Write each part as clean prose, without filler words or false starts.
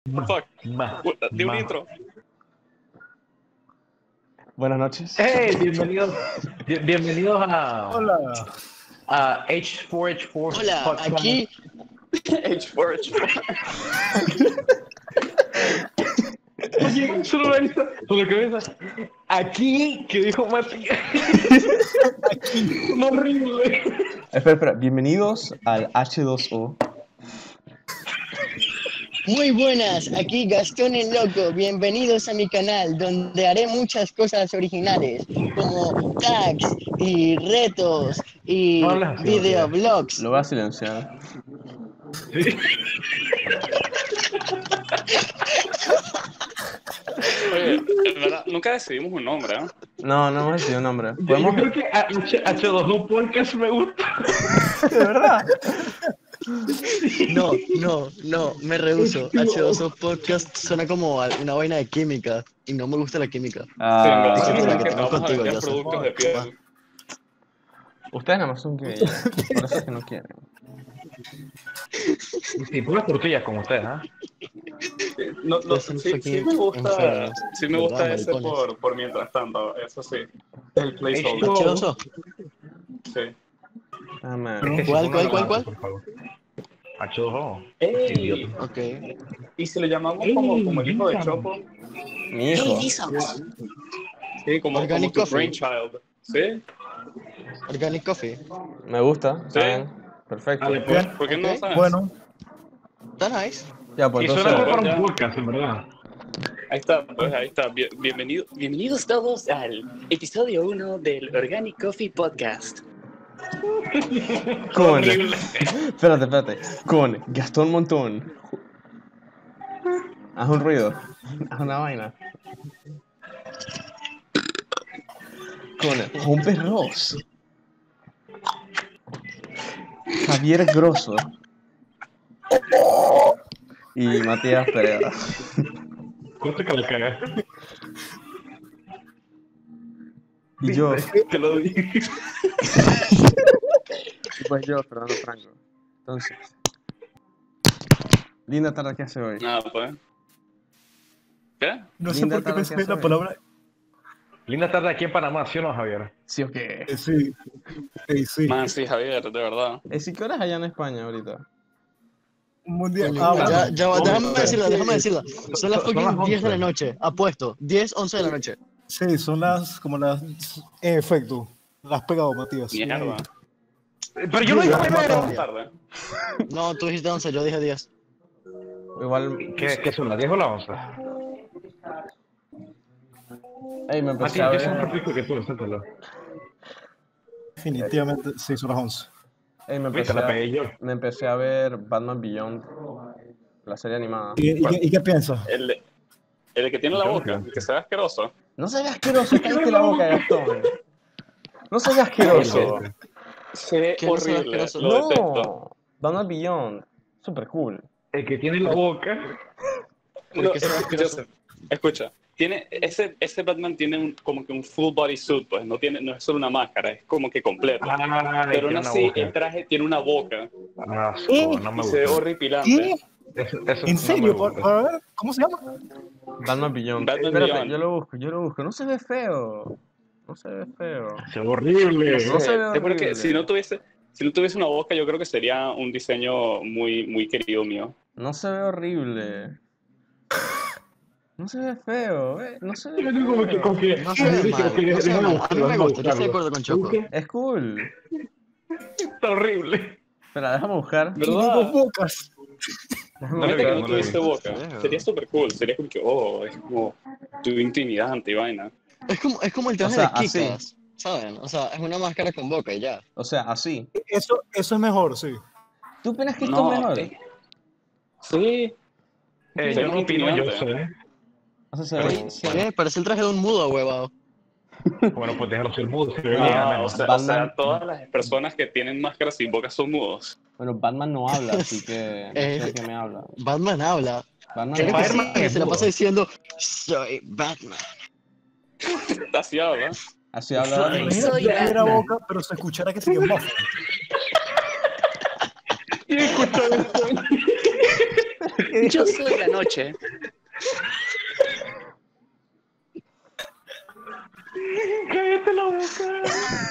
Fuck. Ma, Di un ma. intro. Buenas noches. Hey, bienvenidos Hola. a H4H4 Hola, Podcast. aquí H4, H4. Oye, solo la cabeza. Aquí, que dijo Matías. Horrible. Espera. Bienvenidos al H2O. muy buenas, aquí Gastón el Loco, bienvenidos a mi canal donde haré muchas cosas originales como tags y retos y No hables así, videoblogs. Lo voy a silenciar. Sí. Oye, en verdad, nunca decidimos un nombre, ¿eh? No hemos decidido nombre. Yo ¿Podemos? creo que H2O Podcast me gusta. ¿De verdad? No, me rehuso. H2O Podcast suena como una vaina de química y no me gusta la química. Sí, en verdad, sí, es la que que te tengo vamos a contigo, vender yo sé. productos de piel. Ustedes nada más son gays. Por eso es que no quieren. Sí, puras tortillas como ustedes, ¿ah? No, Ustedes son sí fucking me gusta, enfermos, sí me ¿verdad, gusta ese maricones? por mientras tanto, eso sí. El placeholder, H2O. sí. Ah, man. Es que si ¿Cuál, no, cuál, no, cuál, no, cuál? por favor. H2O. ¡Ey! Idiota. Ok. Y si lo llamamos como el hijo de Chopo, Mi hijo. sí, como Organic tu Coffee. brainchild, ¿sí? Organic Coffee. Me gusta. Sí. Está bien. Perfecto. Dale, pues. ¿Por qué no Ok. sabes? Bueno, Está nice. Ya, pues Y suena entonces. para ya. un podcast, en verdad. Ahí está, pues ahí está. Bienvenidos todos al episodio 1 del Organic Coffee Podcast. Con. Horrible. Espérate. Con Gastón Montón. Haz un ruido. Haz una vaina. Con Humpe Ross. Javier Grosso. Y Matías Pereira. Cosa que le cagaste. Y yo. Te lo dije. Y pues yo, Fernando Franco. Entonces. Linda tarde que hace hoy. Nada, pues. ¿Qué? no sé Linda por qué tarde pensé que en la hace. palabra. Linda tarde aquí en Panamá, ¿sí o no, Javier? ¿Sí o qué? Sí, sí. Man, sí, Javier, de verdad. ¿Sí qué horas allá en España ahorita? Un mundial. Coño, bueno. ya va, déjame sí. decirla. Son las Son las fucking 10 de la 11. noche. Apuesto. 10, 11 de la noche. Sí, son como las. En efecto, las has pegado, Matías. Mierda. Pero yo lo dije primero. Más tarde. No, tú dijiste 11, yo dije 10. Igual. ¿Qué son las 10 o las 11? Ey, me empecé a Mati, yo soy ver. más rico que tú, suéltalo. Definitivamente, sí, son las 11. Ey, Viste, la pegué yo. me empecé a ver Batman Beyond. La serie animada. ¿Y qué piensas? El que tiene la Yo boca, no. el que se ve asqueroso. No se ve asqueroso, cállate la boca, Gastón. No se ve asqueroso. Se ve ¿Qué no se ve horrible, asqueroso? lo detesto. No. Batman Beyond. Super cool. El que tiene la boca. ¿Por qué se ve asqueroso? Joseph, escucha, ese Batman tiene como que un full body suit, pues no es solo una máscara, es como que completo. Pero aún así el traje tiene una boca Asco, no me y se ve gusta. horripilante. ¿Qué? Eso ¿En no serio? me gusta. Para ver, ¿cómo se llama? Batman Beyond. Batman Espérate, Beyond. yo lo busco. No se ve feo. No se ve feo. Se ve horrible. No No se sé, ve te juro que horrible. si no tuviese una boca, yo creo que sería un diseño muy, muy querido mío. No se ve horrible. No se ve feo, no se ve Yo digo como que, feo. como que, No se ve mal. No se ve mal. A mí me gusta, yo estoy de acuerdo con Choco. Es cool. Está horrible. Espera, déjame buscar. Tiene ¿Verdad? dos bocas. Imagínate que no no tuviese lo boca. Feo. Sería súper cool. Sería como que, es como tu intimidante y vaina. Es como el traje O sea, de Kikas, ¿saben? O sea, es una máscara con boca y ya. O sea, así. Eso es mejor, sí. ¿Tú opinas que esto es mejor? Sí. Yo no opino, yo sé. O sea, se ve- ¿Qué? Parece el traje de un mudo, huevado. Bueno, pues déjalo ser mudo. Se ve Ah, bien, al O menos. sea, Batman- todas las personas que tienen máscaras sin boca son mudos. Bueno, Batman no habla, así que no sé de qué me habla. Batman habla. Batman Creo no que habla. sí, Spider-Man es se la mudo. pasa diciendo, soy Batman. Así habla. Así habla. Imagínate que tuviera boca, pero se escuchara que sigue muffled. Y escucha esto. Yo soy la noche. ¡Cállate la boca!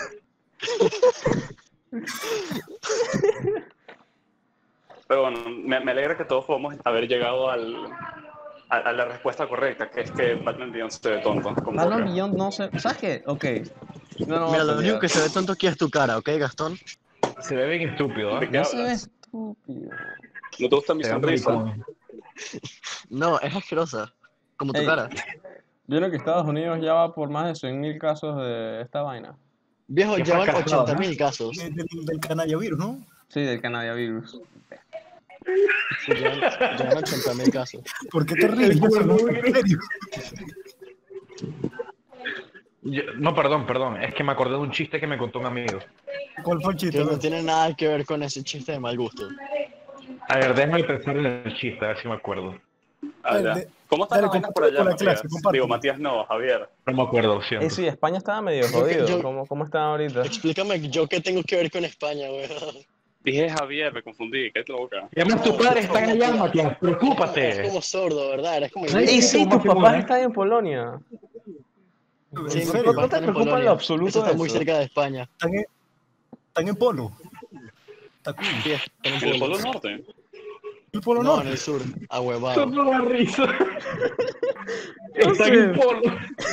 Pero bueno, me alegra que todos podamos haber llegado a la respuesta correcta, que es que Batman Beyond se ve tonto. Como Batman que- Beyond no sé. ¿Sabes qué? Ok. No Mira, lo vamos a único que pelear. se ve tonto aquí es tu cara, ¿ok, Gastón? Se ve bien estúpido, ¿De ¿eh? qué No se ve hablas? estúpido. ¿No te gusta mi Se ve sonrisa? maricón. No, es asquerosa. Como tu Ey. cara. ¿Vieron que Estados Unidos ya va por más de 100.000 casos de esta vaina? Viejo, Qué llevan fracasado, 80.000 casos. Del canallavirus, ¿no? Sí, del canavirus. Sí, llevan 80.000 casos. ¿Por qué te ríes? Yo soy muy serio. No, perdón. Es que me acordé de un chiste que me contó un amigo. ¿Cuál fue el chiste? Que no tiene nada que ver con ese chiste de mal gusto. A ver, déjame pensar en el chiste, a ver si me acuerdo. Ah, ya. Dale, ¿Cómo están dale, las vainas por comparte allá, con la Matías? clase, comparte. Digo, Matías no, Javier. No me acuerdo, lo siento. Sí, España estaba medio jodido. yo- ¿Cómo están ahorita? Explícame yo qué tengo que ver con España, weón. Dije Javier, me confundí, ¿qué es la boca? Y además tus padres están allá, Matías, Eres preocúpate. como sordo, ¿verdad? Eres como Ay, ¡Ey, idiota. sí, ¿cómo tus hacemos, papás eh? están en Polonia! ¿En Sí, mis serio? papás ¿No te están en preocupa en lo Polonia. absoluto Eso está muy eso? cerca de España. Están en polo. Está cool. Sí, están en ¿En el Polo. Polo Norte? El polo No, en norte. el sur, ahuevado. Solo la risa. No Están sé. en polo.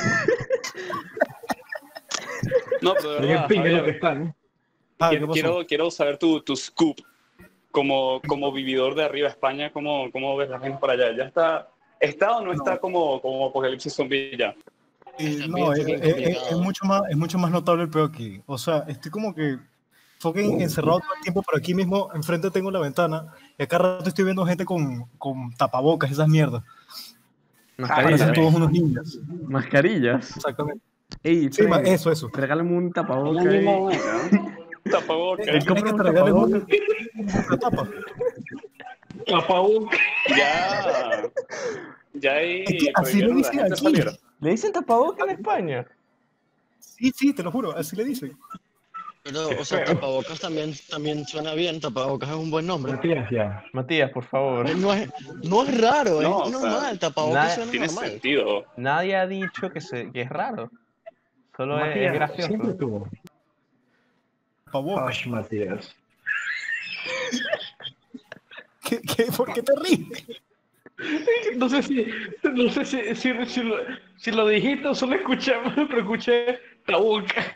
No, pero de En el verdad, pingue lo que Javier, están. Ah, ¿qué pasó? quiero saber tu scoop como vividor de arriba España, ¿cómo ves la gente por allá? ¿Ya está o no está como apocalipsis zombie ya? No, Está bien complicado. es mucho más notable el peor aquí. O sea, estoy como que fucking encerrado todo el tiempo, pero aquí mismo enfrente tengo la ventana y acá rato estoy viendo gente con tapabocas, esas mierdas. Parecen Mascarillas. todos unos niños. Mascarillas. Exactamente. Ey, Sí, Fred, eso. regálame un tapabocas. La misma ahí. vaina. Tapabocas. Él Tienes compra que un te regalen tapabocas. una tapa. Tapabocas. Ya Es que ahí así lo prohibieron a la dicen gente aquí. salir. ¿Le dicen tapabocas en España? Sí, te lo juro, así le dicen. Pero, o sea, tapabocas también suena bien. Tapabocas es un buen nombre. Matías, ya. Matías, por favor. No es raro, No, o es sea, normal. Tapabocas suena Tiene normal. sentido. Nadie ha dicho que es raro. Solo es Matías, gracioso. siempre tuvo. Tapabocas. Ay, Matías. ¿Por qué te ríes? No sé si lo dijiste o solo escuché, pero escuché la boca.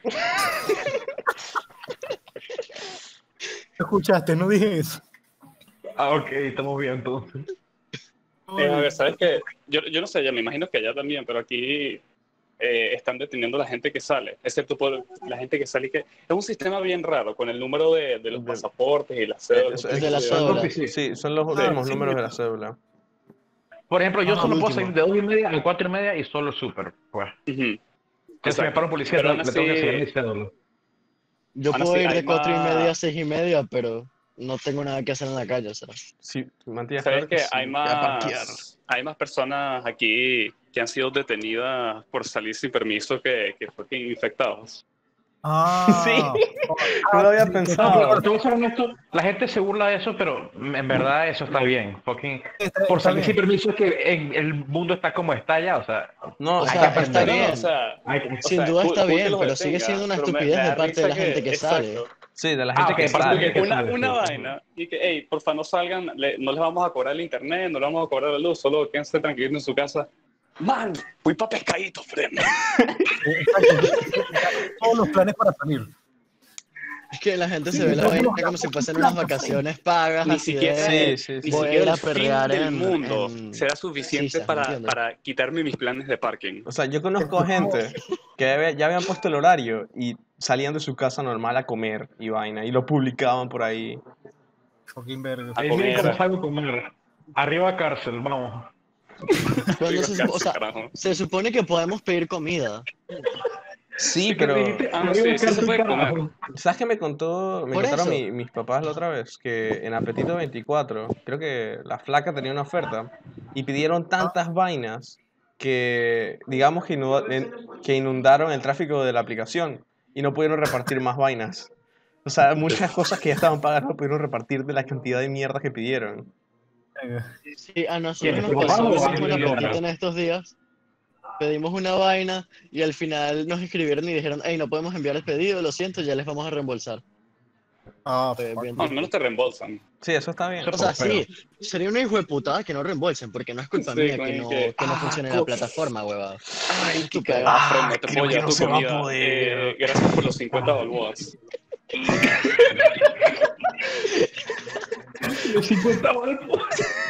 Escuchaste, no dije eso. Ah, ok, estamos bien entonces. A ver, ¿sabes qué? Yo no sé, ya me imagino que allá también, pero aquí están deteniendo a la gente que sale, excepto por la gente que sale y que es un sistema bien raro con el número de los pasaportes y las cédulas. Es de la Son cédula. los- Sí, son los últimos sí, números de mira. la cédula. Por ejemplo, yo Ah, solo lo puedo último. salir de 2:30 a 4:30 y solo súper, pues. Ujú. Si me Exacto. para un policía, Pero le aún tengo que así- enseñar mi cédula. Yo Aún puedo así, ir de hay 4:30 a más- 6:30, pero no tengo nada que hacer en la calle, o sea. Sí, Matías, ¿Sabes claro que sí. hay más personas aquí que han sido detenidas por salir sin permiso que fucking infectados? Ah, Sí. No lo había No, pensado. pero te voy a ser honesto, la gente se burla de eso, pero en verdad eso está bien. Fucking, por está salir sin bien. permiso es que el mundo está como está ya, o sea, No, O hay sea, que está aprender. bien. No, o sea, Sin duda cool- está cool que bien, los pero sigue detenga, siendo una pero me estupidez da de parte de la risa gente que sale. exacto. sí, de la gente ok, que aparte sale. de que Una sale, sí. vaina y que, hey, porfa, no salgan, no les vamos a cobrar el internet, no les vamos a cobrar la luz, solo quédense tranquilos en su casa. Man, fui pa' pescadito, friend. Exacto. Todos los planes para salir. Es que la gente Sí, se ve la no, vaina no, como si no, fuesen no, unas no, vacaciones pagas, Ni así siquiera, de... Sí, ni voy a siquiera ir a el fin perrear del en- mundo en será suficiente Sisas, ¿me para, entiendes? para quitarme mis planes de parking. O sea, yo conozco a gente que ya habían puesto el horario y salían de su casa normal a comer y vaina, y lo publicaban por ahí. Fucking verga. A Ahí miren comer. cómo salgo a comer. Arriba cárcel, vamos. Pero no se, o sea, Carajo. se supone que podemos pedir comida. Sí, pero Ah, no, Arriba sí, sí se cárcel, puede carajo. comer. ¿sabes qué me Por contaron eso. mis papás la otra vez? Que en Apetito 24, creo que la flaca tenía una oferta y pidieron tantas vainas que, digamos, que inundaron el tráfico de la aplicación y no pudieron repartir más vainas. O sea, muchas cosas que ya estaban pagas no pudieron repartir de la cantidad de mierda que pidieron. Sí, a nosotros ¿Quién? nos ¿Tu papá pasó o lo alguien mismo en de Apetito atrás? en estos días. Pedimos una vaina y al final nos escribieron y dijeron, hey, no podemos enviar el pedido, lo siento, ya les vamos a reembolsar. Ah, Fue fuck. bien No, al menos triste. te reembolsan. Sí, eso está bien. O sea, sí, sería una hijo de putada que no reembolsen, porque no es culpa Sí, mía con que el no funcione la plataforma, huevada. Ay, qué Estúpido. Fred, no te Creo puedo que llevar no tu se va a comida. poder. Gracias por los 50 balboas. Los 50 balboas.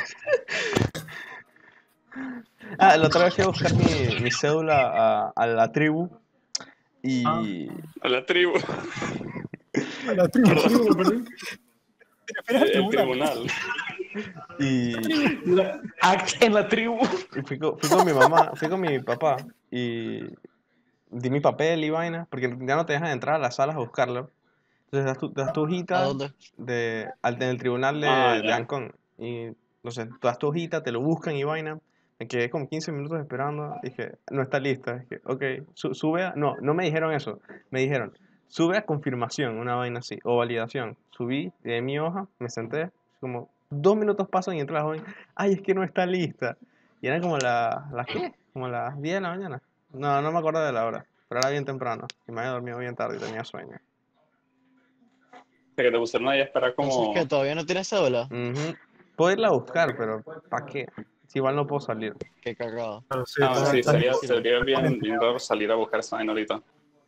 Ah, la otra vez fui a buscar mi cédula a la tribu Ah, y... A la tribu. a la tribu. Perdón. ¿Te refieres al El tribunal? tribunal. y Axe en la tribu. fui con mi mamá, fui con mi papá y di mi papel y vaina, porque ya no te dejan entrar a las salas a buscarlo. Entonces das tu ¿A hojita dónde? en el tribunal Ah, de ya. Ancón. Y no sé, tú das tu hojita, te lo buscan y vaina. Me quedé como 15 minutos esperando. Dije, no está lista. Dije, ok, sube a... No, no me dijeron eso. Me dijeron, sube a confirmación, una vaina así, o validación. Subí, di mi hoja, me senté. Como 2 minutos pasan y entra la joven. Ay, es que no está lista. Y eran como las ¿qué? Como las 10 de la mañana. No, no me acuerdo de la hora. Pero era bien temprano. Y me había dormido bien tarde y tenía sueño. De que te pusieron ahí a esperar Entonces, ¿qué? como... ¿Todavía no tienes cédula? Ujú. Puedo irla a buscar, pero ¿para qué? Si igual no puedo salir. Qué cagado. Pero sí, Ah, sí, Sí, sería, sí, sería bien raro salir a buscar esa vaina ahorita.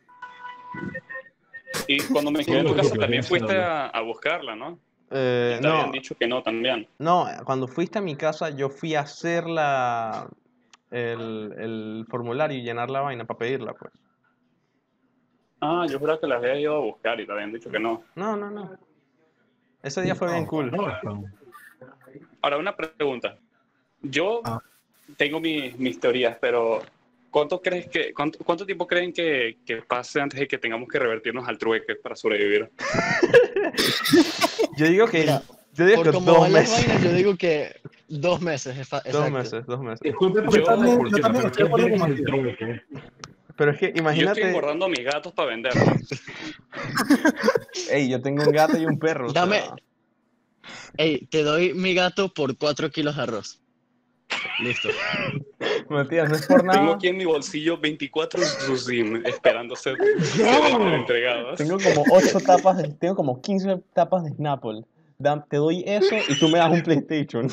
Y cuando me quedé en tu casa también fuiste a buscarla, ¿no? Y te habían No, dicho que no también. no, cuando fuiste a mi casa yo fui a hacer el formulario y llenar la vaina para pedirla, pues. Ah, yo juraba que las habías ido a buscar y te habían dicho que no. No, no, no. Ese día fue bien cool. Ahora, una pregunta. Yo Ah. tengo mis teorías, pero ¿cuánto tiempo creen que pase antes de que tengamos que revertirnos al trueque para sobrevivir? Yo digo que, Mira, yo digo por que cómo 2 van las meses. vainas, yo digo que 2 meses, exacto. 2 meses. Disculpe por Yo esta también- consulta, yo también pero estoy de ¿qué acuerdo tiene con el Matías. trueque? Pero es que Yo estoy imagínate, engordando a mis gatos para venderlos. ey, yo tengo un gato y un perro, o Dame, sea, hey, te doy mi gato por 4 kilos de arroz. Listo. Matías, no es por Tengo nada. aquí en mi bolsillo 24 Zuzim esperando ser entregados. Tengo como 15 tapas de Snapple. Te doy eso y tú me das un PlayStation.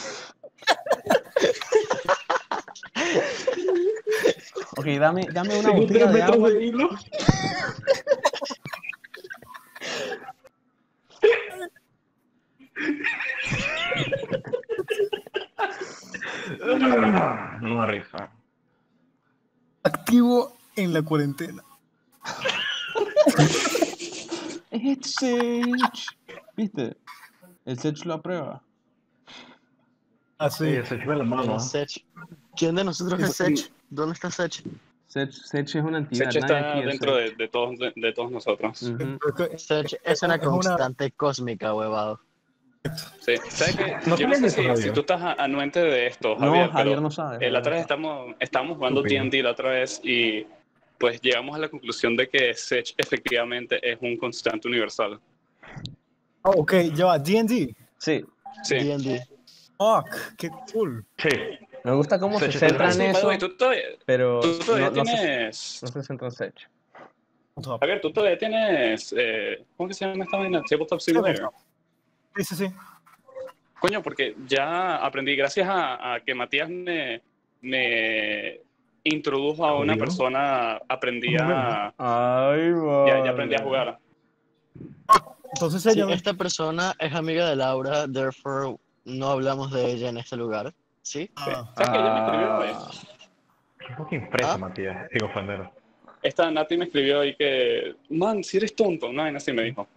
Ok, dame una Tengo botella 3 de metros agua. de hilo. No risa. Activo en la cuarentena. It's Sage. ¿Viste? El Sage lo aprueba. Así. Se chupa la Pero mano. Sech. ¿Quién de nosotros es Sech? ¿Dónde está Sech? Sage es una entidad. Seche Nadie está aquí es dentro Sage. de todos nosotros. Ujú. Sech es una constante cósmica, huevado. Sí. ¿Sabes qué? ¿No Yo no sabes sé eso, si Javier? tú estás anuente de esto, No, Javier, Javier pero no sabe. la otra vez estábamos jugando Estúpido. TNT la otra vez y pues llegamos a la conclusión de que Sech efectivamente es un constante universal. Oh, ok, ya va. D&D. Sí. Sí. D&D. Fuck, qué cool. Sí. Me gusta cómo se Sage centra es en By the eso, way, tú pero todavía no tienes... se centra en Sage. Javier, tú todavía tienes... ¿cómo que se llama esta vaina? Tabletop Simulator. Sí, sí, sí. Coño, porque ya aprendí, gracias a que Matías me introdujo a una ¿Jodido? persona, aprendí a... Ay, Ya aprendí a jugar. Entonces Sí, ella esta persona es amiga de Laura, therefore no hablamos de ella en este lugar. ¿Sí? Sí. ¿Sabes que ella me escribió hoy? Qué fucking fresa, ¿Ah? Matías. Digo, ofender. Esta Nati me escribió ahí que, man, si eres tonto. No, así me dijo.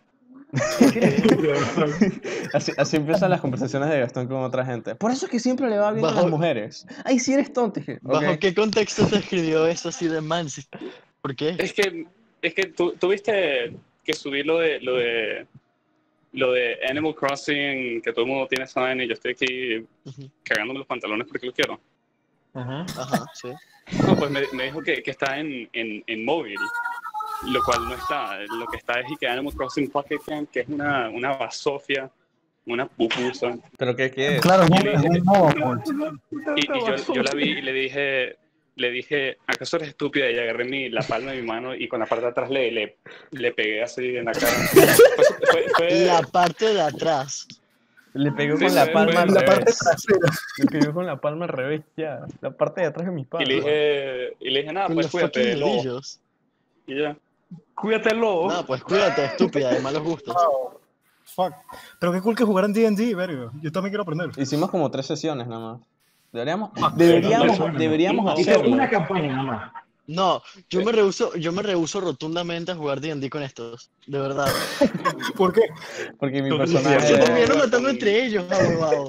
Así empiezan las conversaciones de Gastón con otra gente. Por eso es que siempre le va bien con las mujeres. Ay, si eres tonto. Dije, ¿Bajo ok. qué contexto te escribió eso así de man? ¿Por qué? Es que tú viste que subí lo de Animal Crossing, que todo el mundo tiene esa vaina y yo estoy aquí Ujú. cagándome los pantalones porque lo quiero. Ajá, sí. No, pues me dijo que está en móvil, lo cual no está. Lo que está es y que Animal Crossing Pocket Camp, que es una basofia una pupusa. ¿Pero qué es? Claro, Y le dije- no, pues. Y yo la vi y le dije, ¿acaso eres estúpida? Y agarré la palma de mi mano y con la parte de atrás le pegué así en la cara. Fue- La parte de atrás. Le pegó Sí, con la fue- palma fue al La parte revés. trasera. Le pegó con la palma al revés, ya. La parte de atrás de mi y palma. le dije, nada, Con pues los cuídate, fucking lobo. nudillos. Y ya. Cuídate, lobo. No, pues cuídate, estúpida, de malos gustos. Wow. Fuck. Pero qué cool que jugaran D&D, verga. Yo también quiero aprender. Hicimos como 3 sesiones nada más. Deberíamos No, Hice hacerlo. una campaña nada más. No, yo me rehuso rotundamente a jugar D&D con estos, de verdad. ¿Por qué? Porque mi Tú- personaje... Se terminaron con- matando entre ellos, abogado.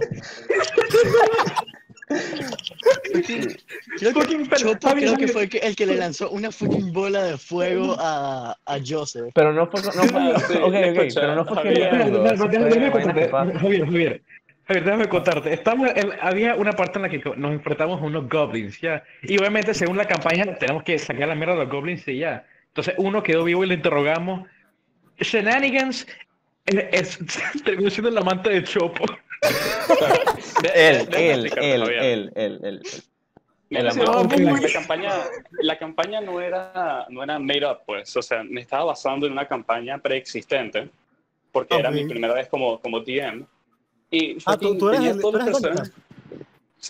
Creo que Chopo creo que fue el que le lanzó una fucking bola de fuego a Joseph. Pero no fue... No fue Ah, sí, ok, escucha, pero no fue Javier. queriendo. eso fue Déjame vainas que contarte, pasan. Javier, déjame contarte. Había una parte en la que nos enfrentamos a unos goblins, ya. Y obviamente, según la campaña, tenemos que sacar la mierda de los goblins y ya. Entonces, uno quedó vivo y le interrogamos. Shenanigans terminó siendo el amante de Chopo. Él. Mira, El no, amor. la campaña no era made up, pues. O sea, me estaba basando en una campaña preexistente, porque era Ok. mi primera vez como DM. Y Ah, tú fucking eres tenía el- todos tú los eres el personajes. Sí.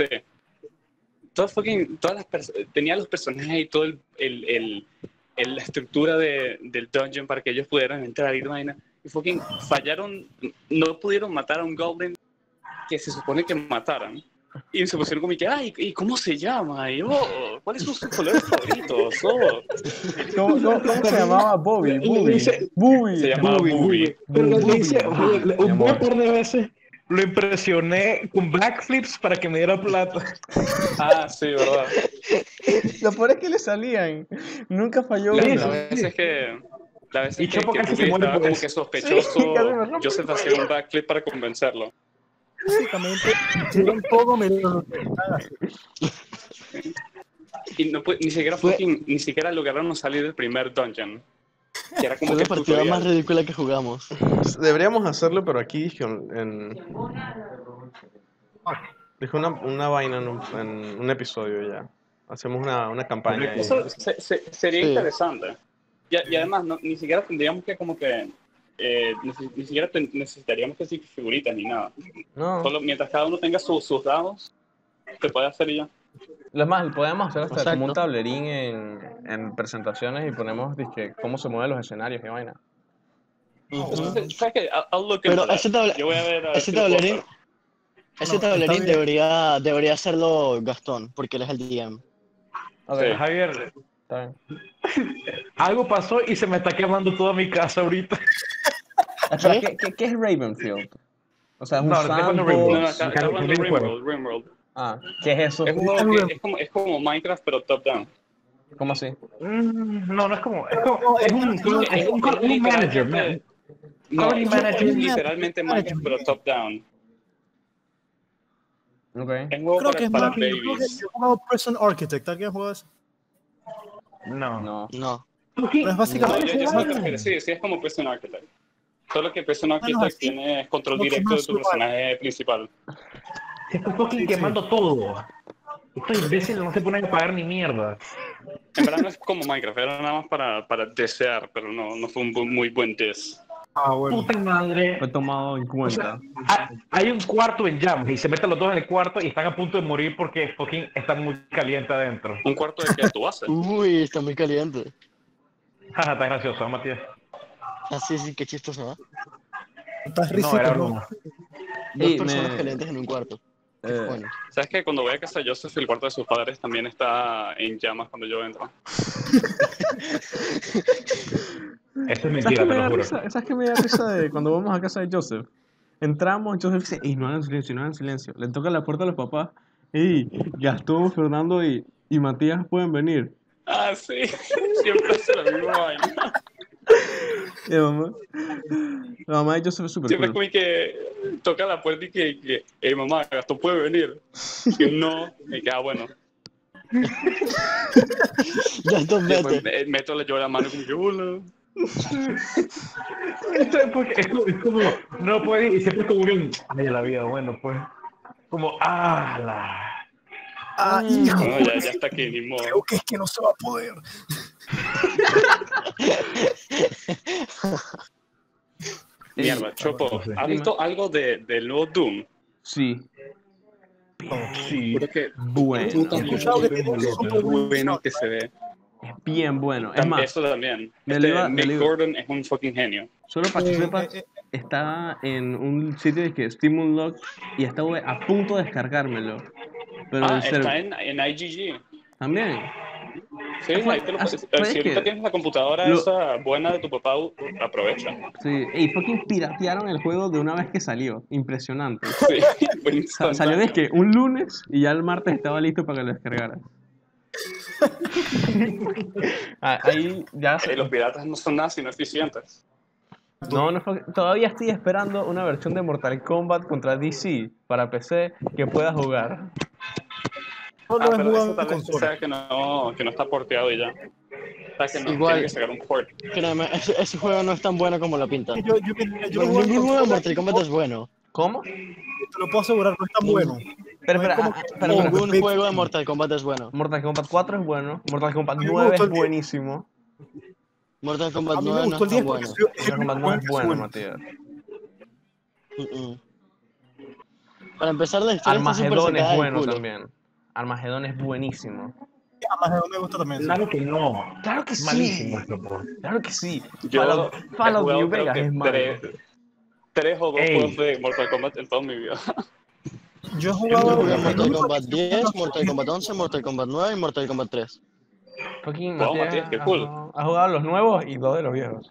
Tenía los personajes y todo la estructura del dungeon para que ellos pudieran entrar y vaina. Y fucking fallaron, no pudieron matar a un goblin que se supone que mataran. Y se pusieron como que, ay, ¿y cómo se llama? Y, oh, ¿cuáles son sus colores favoritos? Oh. ¿Cómo se llamaba Bobby? Bobby. Se llamaba Booby. Pero le hice Mi un amor. buen par de veces. Lo impresioné con backflips para que me diera plata. Ah, sí, verdad. Lo peor es que le salían. Nunca falló La una. vez es que... La vez Y es que Chopo casi Booby se muere estaba por como eso. que sospechoso, Sí, casi me rompe Joseph hacía un backflip para convencerlo. Básicamente, hicieron todo menos lo que estaban haciendo. Y no, ni siquiera lograron salir del primer dungeon. Que era como Fue que la partida tutorial. más ridícula que jugamos. Deberíamos hacerlo, pero aquí dije una vaina en un episodio ya. Hacemos una campaña. ahí. Eso sería Sí. interesante. Y además, ni siquiera tendríamos que como que... ni siquiera necesitaríamos que sí figuritas ni nada. No. Solo mientras cada uno tenga sus dados, se puede hacer y ya. Lo más, podemos hacer hasta como un Exacto. tablerín en presentaciones y ponemos dizque, cómo se mueven los escenarios y vaina. Entonces, ¿sabes qué? I'll look Pero into that. ese tabla- Yo voy a ver ese si lo puedo tablerín- hacer. Ese No, tablerín está bien. debería hacerlo Gastón, porque él es el DM. Ok, Sí. Javier, está bien. algo pasó y se me está quemando toda mi casa ahorita. Espera, ¿Qué? ¿qué es Ravenfield? O sea, es un No, estoy jugando sandbox. No, acá Calma, hablando de calma, Rimworld. Ah, ¿qué es eso? Es un juego que es como Minecraft, pero top-down. ¿Cómo así? No es como. Es un colony manager, man. No, Colony manager. es literalmente Minecraft, pero top-down. Ok. Es un juego Creo que es para más. Creo que babies. yo he jugado Prison Architect. ¿Alguien ha jugado eso? No. No. No. Pero es No, básicamente. yo sé lo que te refieres, sí, es como Prison Architect. Solo que Prison Architect así, tiene control lo que directo de más tu suave. personaje principal. Se está fucking quemando todo. Estos imbéciles no se ponen a pagar ni mierda. En verdad no es como Minecraft, era nada más para desear, pero no fue un muy buen diss. Ah, bueno. Puta madre. Fue tomado en cuenta. Hay un cuarto en llamas y se meten los dos en el cuarto y están a punto de morir porque fucking están muy calientes adentro. Un cuarto de que tu base. Uy, está muy caliente. Jaja, está gracioso, Matías. Así sí, qué chistoso, ¿no? Estás No, risito, era ¿no? broma. Dos Y personas me- calientes en un cuarto. Qué bueno. ¿Sabes que cuando voy a casa de Joseph, el cuarto de sus padres también está en llamas cuando yo entro? Esto es ¿Sabes mentira, qué te me lo da juro. risa? ¿Sabes qué me da risa de cuando vamos a casa de Joseph? Entramos, Joseph dice, ¡ey, no hagan silencio, no hagan silencio! Le toca la puerta a los papás. ¡Ey, Gastón, Fernando y Matías pueden venir! Ah, sí, siempre hace la misma vaina. Y la mamá de Joseph es súper Siempre es cool. como que toca la puerta y que hey, mamá, Gastón puede venir. Y que no, y que bueno. Gastón, Y después vete. Meto le lleva la mano como que hola. Porque es como, no puede ir y siempre es como que, ay, la vida, bueno, pues, como, Hijo, No, ya está aquí, ni modo. creo que es que no se va a poder. Mierda, Chopo, sí. ¿has visto algo del nuevo Doom? Sí, sí, Juro que bueno. puta He madre, escuchado que qué tiene súper bueno que se ve. Es bien bueno. Es más, Eso también. me lo iba- me lo Mick iba- Gordon es un fucking genio. solo para que Eh, sepas, está en un sitio que es Steam Unlocked y estaba a punto de descargármelo. Pero el Está server en IGG. también. Sí, ahí te lo puedes. Si ahorita tienes la computadora Lo- esa buena de tu papá, aprovecha. Sí, y fucking piratearon el juego de una vez que salió. Impresionante. Sí, fue Salió de instantáneo. que un lunes y ya el martes estaba listo para que lo descargara. Ahí ya Los piratas no son nada sino eficientes. no todavía estoy esperando una versión de Mortal Kombat contra DC para PC que pueda jugar. No lo he Pero jugado eso en tal vez consola. sea que no está porteado y ya. O sea, que no, Igual. tienen que sacar un port. Créeme, ese juego no es tan bueno como lo pintan. Yo lo juego en Ningún juego de consola Mortal Kombat es bueno. ¿Cómo? te lo puedo asegurar, no es tan bueno. Pero No es espera, como que- espera. Ningún juego de Mortal Kombat es bueno. Mortal Kombat 4 es bueno, Mortal Kombat A mí me 9 gustó es el 10. buenísimo. Mortal A Kombat mí me 9 no gustó es el 10 tan porque bueno. es Mortal el Kombat único 9 es que bueno, suena. Matías. Para empezar, la historia está súper Armagedón es sacada del bueno culo. también. Armagedón es buenísimo. Además de me gusta también. Sí. claro que no, Claro que sí. malísimo esto, por. Claro que sí. Yo he Fallout jugado New creo Vegas que es malo. tres o dos Ey. juegos de Mortal Kombat en toda mi vida. Yo he Yo jugado jugué el Mortal único Kombat que- 10, Mortal Kombat 11, Mortal Kombat 9 y Mortal Kombat 3. Fucking Wow, Matías Matías, qué cool. ha jugado los nuevos y dos de los viejos.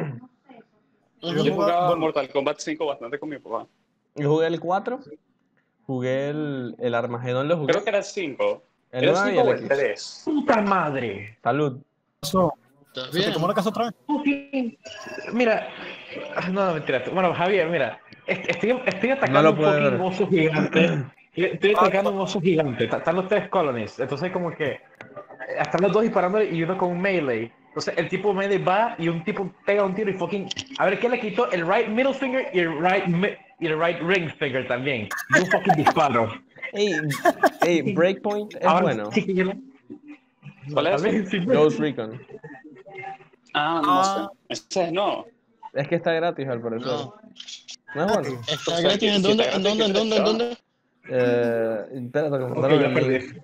Yo Yo he jugado, jugaba bueno, Mortal Kombat 5 bastante con mi papá. Yo jugué el 4, jugué el Armagedón, lo jugué. Creo que era el 5. El ¿Era el 9 y 5 o el el X. 3? ¡Puta madre! Salud. eso, ¿Estás ¿se te bien? tomó la casa otra vez? Mira, no, mentira. Bueno, Javier, mira, estoy No atacando lo un puede fucking ver. oso gigante. Estoy atacando un oso gigante. Están los tres colonies. Entonces, como que están los dos disparando y uno con un melee. Entonces, el tipo melee va y un tipo pega un tiro y fucking. A ver qué le quitó el right middle finger y el right ring finger también. Y un fucking disparo. Ey, Breakpoint es Ahora bueno. sí que yo ¿Cuál es tal ese? vez sí, Ghost Recon. No sé. Ese no. Es que está gratis al parecer. No. ¿No es bueno? ¿Está O sea, gratis? ¿En si dónde? está ¿En gratis, dónde? ¿En ¿qué dónde? te ¿En dónde? Espérate, Ok, dame ya el perdí. link.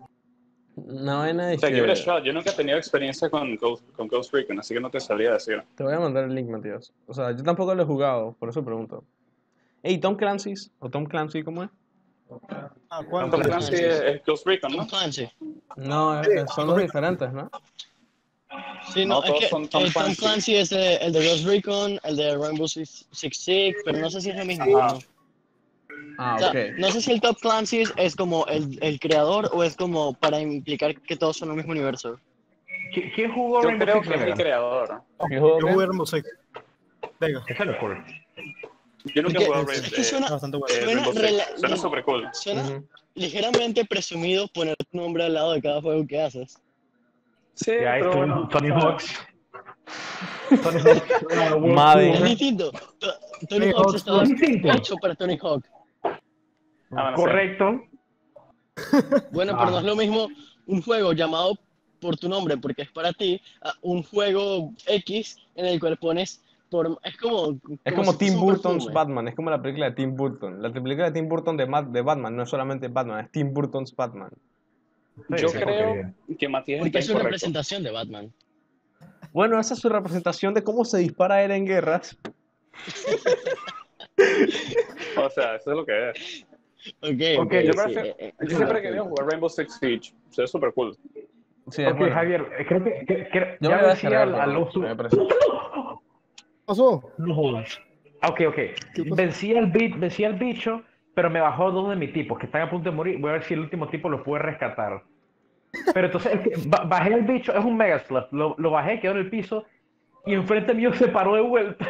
Una vaina O es sea, give it a que... shot. Yo nunca he tenido experiencia con Ghost Recon, así que no te sabría decir. Te voy a mandar el link, Matías. O sea, yo tampoco lo he jugado, por eso pregunto. Ey, Tom Clancy's, o Tom Clancy, ¿cómo es? ¿Cuál? Tom Clancy es Ghost Recon, Tom ¿no? Clancy. No, son dos diferentes, ¿no? Sí, No, no, es todos que son Tom Tom Clancy. Clancy es el de Ghost Recon, el de Rainbow Six Siege, pero no sé si es lo mismo. Ajá. ¿No? Ah, O sea, ok. no sé si el Top Clancy es como el creador o es como para implicar que todos son el mismo universo. ¿Quién jugó Yo Rainbow creo Six que es el Vegas? creador. ¿Qué juego Yo qué? jugué Rainbow Six. Venga, Ese lo juro. Yo nunca he jugado Es que suena, bastante bueno. suena, Rainbow Six. Suena rela- súper cool. suena Ujú. ligeramente presumido poner tu nombre al lado de cada juego que haces. Sí, Ya, pero bueno. Tony o sea, Hawks. Tony Hawks. Madden. Es distinto. Tony Sí, Hawk Hawks estaba es distinto. hecho para Tony Hawk. bueno, Correcto. Bueno, pero no es lo mismo un juego llamado por tu nombre porque es para ti, a un juego X en el cual pones por... Es como Es como si fuese Tim un Burton's perfume. Batman, es como la película de Tim Burton. La película de Tim Burton de Batman no es solamente Batman, es Tim Burton's Batman. Yo Sí, creo que Matías Porque está es una incorrecto. representación de Batman. Bueno, esa es su representación de cómo se dispara él en guerras. O sea, eso es lo que es. Ok, Ok, Yo, sí, prefiero- yo siempre he querido jugar Rainbow Six Siege. O sea, es súper cool. Sí, es Ok, bueno. Javier, creo que Yo ya me voy a decía descargar, al pero oso. me parece. ¿Pasó? No jodas. Ok. ¿Qué pasó? Vencí al bicho, pero me bajó dos de mis tipos que están a punto de morir. Voy a ver si el último tipo los puede rescatar. Pero entonces, bajé al bicho, es un Mega Slug. Lo bajé, quedó en el piso y enfrente mío se paró de vuelta.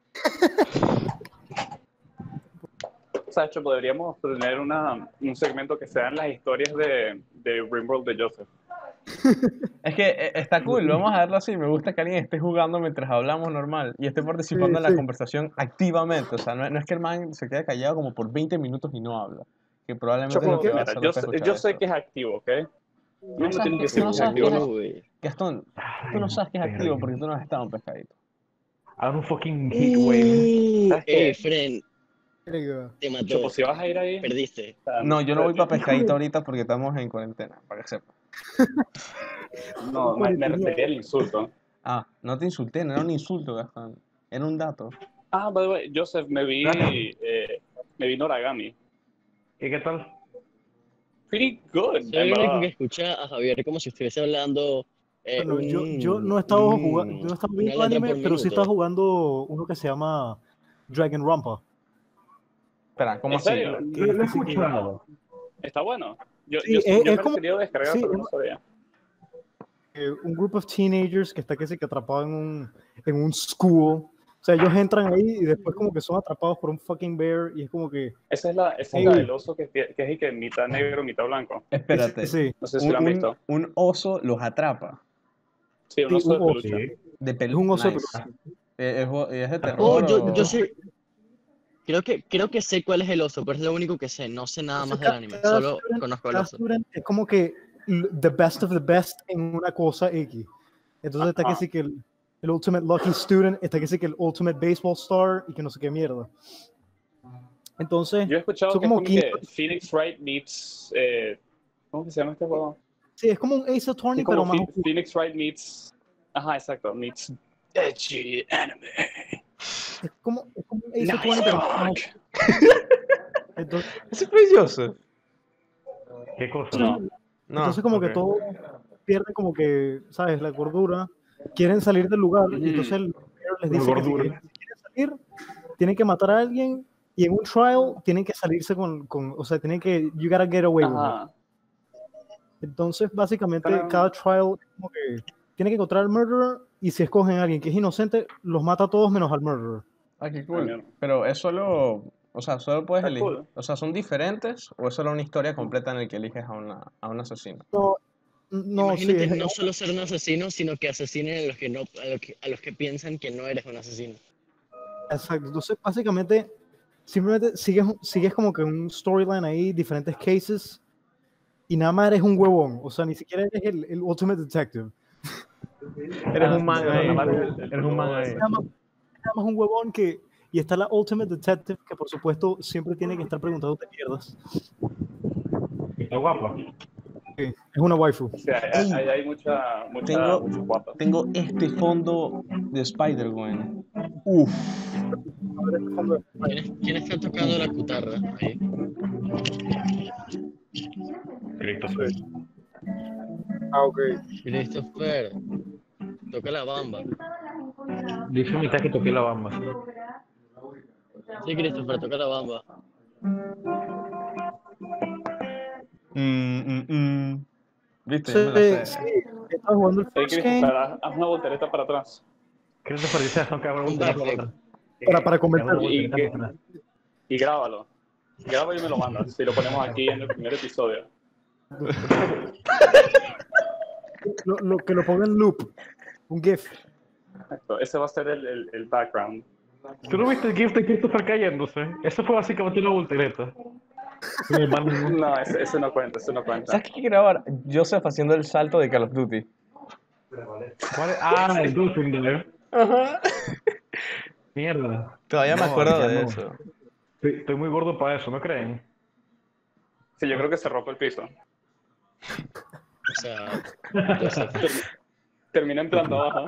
Sacho, podríamos tener un segmento que sean las historias de Rimworld de Joseph. Es que está cool, vamos a verlo así. Me gusta que alguien esté jugando mientras hablamos normal y esté participando en la sí. conversación activamente. O sea, no es que el man se quede callado como por 20 minutos y no habla. Que probablemente es lo Choco, que va a mira, hacer yo, después de yo escuchar sé que esto. es activo, ¿ok? No me sabes tienen que que- decir tú no que es sabes activo, que ¿no? Uy. Gastón, tú no sabes que es activo porque tú no has estado en pescadito. Ahora un fucking heat wave. ¿Sabes qué? Friend, Verga. te mató. Choco, si vas a ir ahí, Perdiste. o sea, No, yo no voy para pescadito ahorita porque estamos en cuarentena, para que sepas. no, me refería al insulto. Ah, no te insulté, no era un insulto, Gastón. Era un dato. Ah, by the way, Joseph, me vi Noragami. ¿Y qué tal? Pretty good, Soy en el único verdad. que escucha a Javier como si estuviese hablando Bueno, yo no he estado jugando, yo no he estado una viendo letra anime, por pero sí he estado minuto. jugando uno que se llama Dragon Rampa. Espera, ¿cómo ¿En así? serio? Que Lo he sí que- escuchado. Está bueno. Yo Sí, me es lo he como- querido descargar, sí, pero no sabía. un grupo de teenagers que está que atrapado en un school. O sea, ellos entran ahí y después como que son atrapados por un fucking bear y es como que... Esa es la Hey. del oso que es y que mitad negro, mitad blanco. Espérate. Sí, No sé si lo han visto. Un oso los atrapa. Sí, un sí, oso de un oso. peluche. Sí. De Es peluche. un oso de Nice. peluche. ¿Es de Oh, terror o...? yo sé. Creo que sé cuál es el oso, pero es lo único que sé. No sé nada más del anime. Solo conozco al Cada oso. student es como que the best of the best en una cosa X. Entonces está que Ajá. sí que el ultimate lucky student, está que sí que el ultimate baseball star y que no sé qué mierda. Entonces, Yo he escuchado son que es como como 15 que Phoenix Wright meets... ¿cómo que se llama este juego? sí, es como un Ace Attorney, Sí, pero como más Phoenix Wright meets... Ajá, exacto. Meets edgy anime. es como un Ace Nice Attorney, pero más cock. entonces, ¿Ese es precioso? ¿Qué cosa? No. No. entonces como que ok. todo pierde como que, ¿sabes? La cordura. Quieren salir del lugar y entonces el mayor les La dice que si gordura. quieren salir, tienen que matar a alguien y en un trial tienen que salirse o sea, tienen que, you gotta get away with it. Ajá. Entonces, básicamente, Pero- cada trial es como que tiene que encontrar al murderer y si escogen a alguien que es inocente, los mata a todos menos al murderer. Ah, qué Ah, cool. mierda. Pero es solo... O sea, solo puedes Está elegir... cool. O sea, ¿son diferentes o es solo una historia completa en la que eliges a un asesino? No, sí, Imagínate no solo ser un asesino, sino que asesinen a los que no, a los que piensan que no eres un asesino. exacto. Entonces, básicamente, simplemente sigues como que un storyline ahí, diferentes cases, y nada más eres un huevón. O sea, ni siquiera eres el ultimate detective. Eres un man ahí. el Eres un man ahí. Nada más un huevón que... Y está la ultimate detective, que por supuesto siempre tiene que estar preguntándote mierdas. Está guapa. Sí, es una waifu. O sea, hay mucha Tengo- guapa. Tengo este fondo de Spider-Gwen. Uf. ¿Quién está tocando la guitarra ahí? Christopher. Ah, ok. Christopher, toca la bamba. Dice mitad que toqué la bamba. Sí, Christopher, toca la bamba. ¿Viste? Ya me la sé. Sí, estaba jugando el Hey, first Christopher, game haz una voltereta para atrás. Christopher dice son cabrón. Un backflip. para convencer. Y grábalo. Grábalo y me lo mandas. Si lo ponemos aquí en el primer episodio. Lo que lo ponga en loop. Un GIF. Exacto. Ese va a ser el background. ¿Tú no viste el GIF de Christopher cayéndose? Eso fue básicamente una voltereta. Mi hermano, No, ese no cuenta, ese no cuenta. ¿Sabes qué hay que grabar? Joseph haciendo el salto de Call of Duty. ¿cuál es? Ah, el Dolphin Dive. Ajá. Mierda. Todavía me No, acuerdo ya de no. eso. Estoy muy gordo para eso, ¿no creen? Sí, yo creo que se rompe el piso. O sea, Joseph, Termina en planta baja.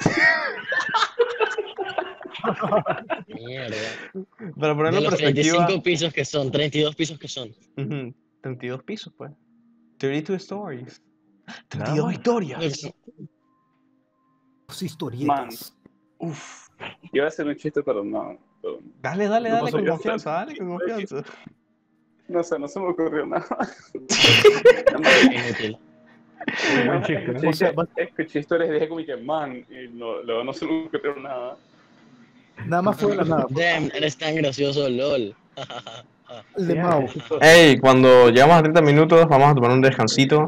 mierda. Para ponerlo De en los perspectiva. 35 pisos que son, 32 pisos que son. 32 pisos, pues. 32 stories. Nada 32 más. historias. Sus historietas. Uf. Iba a hacer un chiste, pero no. Dale, dale, No dale pasó con ya. confianza, dale con confianza. No sé, no se me ocurrió nada. Inútil. Buen chiste, ¿no? Sí, escuché historias y dije como que man, y luego no se me ocurrió nada. Nada más fue de la nada. Damn, eres tan gracioso, lol. El de Mao. Hey, cuando llegamos a 30 minutos, vamos a tomar un descansito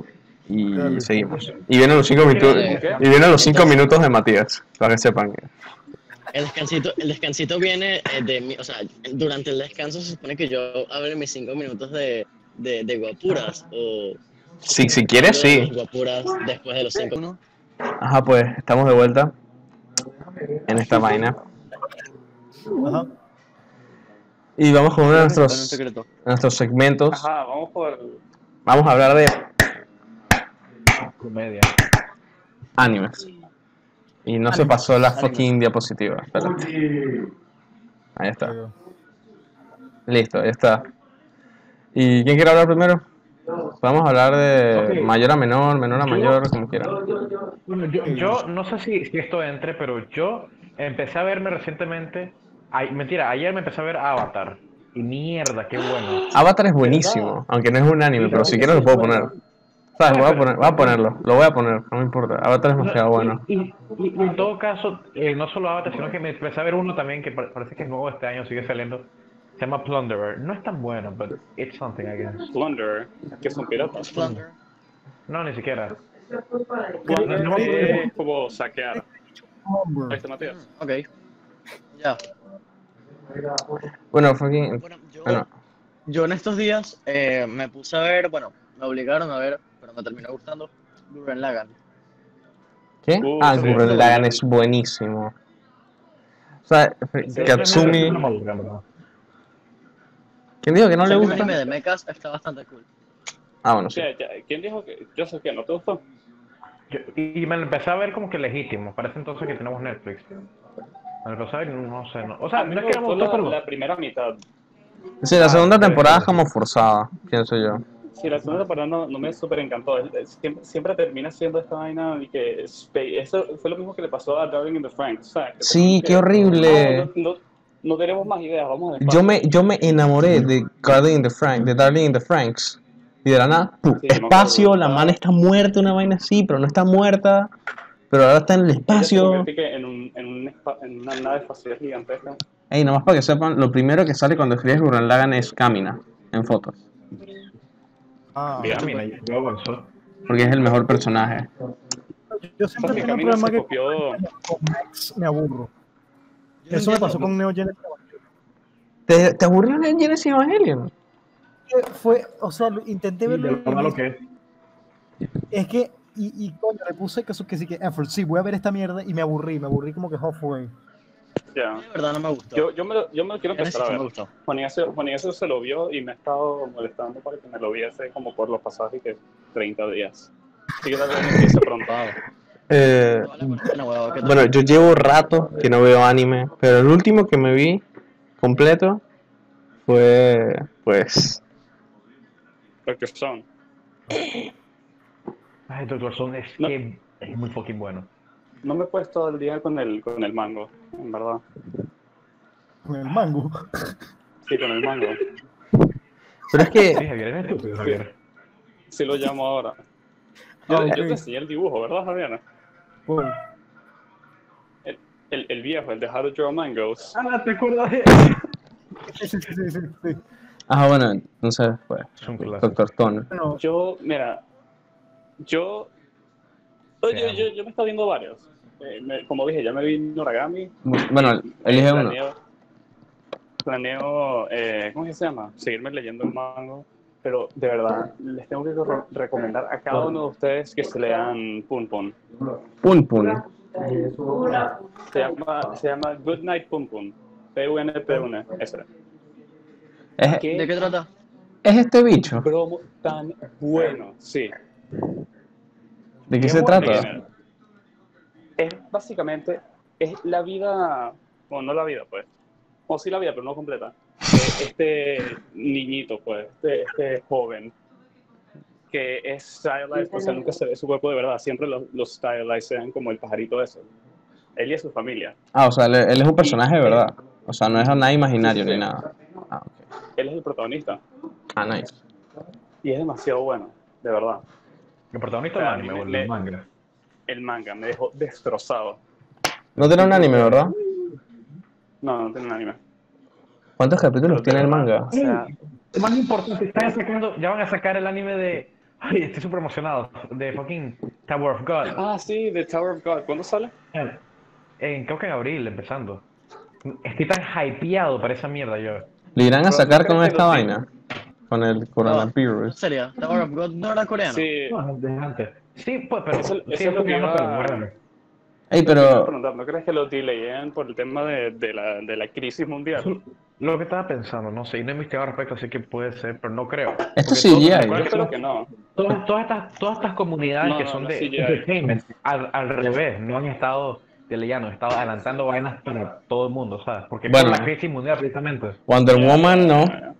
y Dale. seguimos. Y vienen los 5 minutos, y vienen los 5 minutos de Matías, para que sepan. El descansito viene de mí, o sea, durante el descanso se supone que yo hable mis 5 minutos de guapuras, o Si quieres, hablo de sí. los guapuras después de los 5. Ajá, pues estamos de vuelta en esta vaina. Ajá. Y vamos con uno de Un nuestros segmentos. Ajá, vamos por... Vamos a hablar de Comedia. animes. Y no se pasó la fucking diapositiva. Espérate. Ahí está. Listo, ahí está. ¿Y quién quiere hablar primero? Vamos a hablar de Ok. mayor a menor, menor a mayor, como quieran. Bueno, yo no sé si esto entre, pero yo empecé a verme recientemente. Mentira, ayer me empecé a ver Avatar. Y mierda, qué bueno. Avatar es buenísimo, aunque no es un anime, pero si quieres lo puedo poner. ¿Sabes? Voy a ponerlo, lo voy a poner, no me importa. Avatar es demasiado bueno. Y en todo caso, no solo Avatar, sino que me empecé a ver uno también que parece que es nuevo este año, sigue saliendo. Se llama Plunderer. No es tan bueno, but it's something, I guess. Plunder, que son piratas. No, ni siquiera. Plunder No, es como saquear. Ahí está Matías. Ok. Ya. Bueno, fucking. Bueno, Bueno, yo en estos días me puse a ver, bueno, me obligaron a ver, pero me terminó gustando, Gurren Lagann. ¿qué? Sí, Gurren Lagann es buenísimo. O sea, Katsumi. ¿Quién dijo que no le El gusta? anime de mechas está bastante cool. Ah, bueno, sí. ¿Quién dijo que yo sé que no te gustó? Y me lo empecé a ver como que legítimo. Parece entonces que tenemos Netflix. Me lo empecé a ver, no sé. No. O sea, A mí no me es que no me gustó gustó, pero. la primera mitad. Sí, la segunda debe temporada ser. es como forzada, pienso yo. Sí, la segunda temporada no me súper encantó. Siempre termina siendo esta vaina y que eso fue lo mismo que le pasó a Darling in the Franxx. O sea, que Sí, terminó qué horrible. No tenemos más ideas, vamos al Yo me enamoré de Darling in the Franxx. Y de la nada, ¡pum! Sí, me Espacio, acuerdo. la mana está muerta, una vaina así, pero no está muerta. Pero ahora está en el Ella se espacio. convierte que en una nave espacial gigantesca. Ey, nomás para que sepan, lo primero que sale cuando escribes Gurren Lagann es Kamina, en fotos. Ah, Bien. Mira, yo avanzo. Porque es el mejor personaje. yo O sea, siempre que tengo un Camila problema se que copió. con Max me aburro. Eso me pasó con Neo Genesis Evangelion. ¿Te aburrió en Genesis Evangelion? Fue, o sea, intenté Y verlo. de verdad lo que es. Es que, coño, le puse que sí que effort, sí, voy a ver esta mierda y me aburrí como que halfway. Ya. De verdad no me gustó. Yo me lo quiero empezar a sí me ver. gustó. Juan se lo vio y me ha estado molestando para que me lo viese como por los pasajes que 30 días. Así que tal vez empiece pronto. Bueno, yo llevo rato que no veo anime, pero el último que me vi completo fue, pues, Lo que son. Ay, Doctor Stone es No. que es muy fucking bueno. No me he puesto al día con el mango, en verdad. Con el mango. Sí, con el mango. pero es Sí, que, Javier, eres estúpido, Javier. Sí lo llamo ahora. Yo Ah, ok. te enseñé el dibujo, ¿verdad, Javiana? Bueno, El viejo, el de How to Draw Mangoes. Ah, ¿te acuerdas de...? sí. bueno, entonces, pues, Es un clásico. Doctor Stone. Bueno, Yo me he estado viendo varios. Como dije, ya me vi Noragami. Bueno, elige uno. Planeo, ¿cómo que se llama? Seguirme leyendo el mango. Pero de verdad, les tengo que recomendar a cada uno de ustedes que se lean Pun Pun. Pun Pun. Se llama Good Night Pun Pun. P-U-N-P-U-N. Ese. ¿Es, ¿De qué trata? ¿Es este bicho? Promo tan bueno, sí. ¿De qué se trata? Es básicamente, es la vida, bueno, no la vida, pues, o sí la vida, pero no completa, de este niñito, pues, de este joven, que es stylized, o sea, nunca se ve su cuerpo de verdad, siempre los stylized sean como el pajarito ese, él y su familia. Ah, o sea, él es un personaje de verdad. O sea, no es nada imaginario Sí, sí, ni sí. nada. Ah, ok. Él es el protagonista, Ah, nice. y es demasiado bueno, de verdad. ¿El protagonista del anime o el manga? El manga me dejó destrozado. No tiene un anime, ¿verdad? No tiene un anime. ¿Cuántos capítulos tiene el manga? O sea, Más importante, ya van a sacar el anime de Ay, estoy súper emocionado. De fucking Tower of God. Ah, sí, The Tower of God. ¿Cuándo sale? Creo que en abril, empezando. Estoy tan hypeado para esa mierda yo. Le irán a Bro, ¿no sacar crees con que esta lo vaina. Con el ¿En coronavirus. serio? Tower of God no era coreano. Sí, No, desde antes. Sí, pues, pero eso sí es es lo que coreano, pero iba. bueno. Ey, Lo que iba a pero preguntar, ¿no crees que lo delayen por el tema de la crisis mundial? Eso, lo que estaba pensando, no sé, y no he investigado al respecto, así que puede ser, pero no creo. esto es Porque CGI. Yo recuerda espero que que no. todas estas comunidades que No, son no es de CGI. entertainment, al revés, no han estado delegando, han estado adelantando vainas para todo el mundo, ¿sabes? Porque es por Bueno, la crisis mundial precisamente. Wonder Ya, Woman no. ya.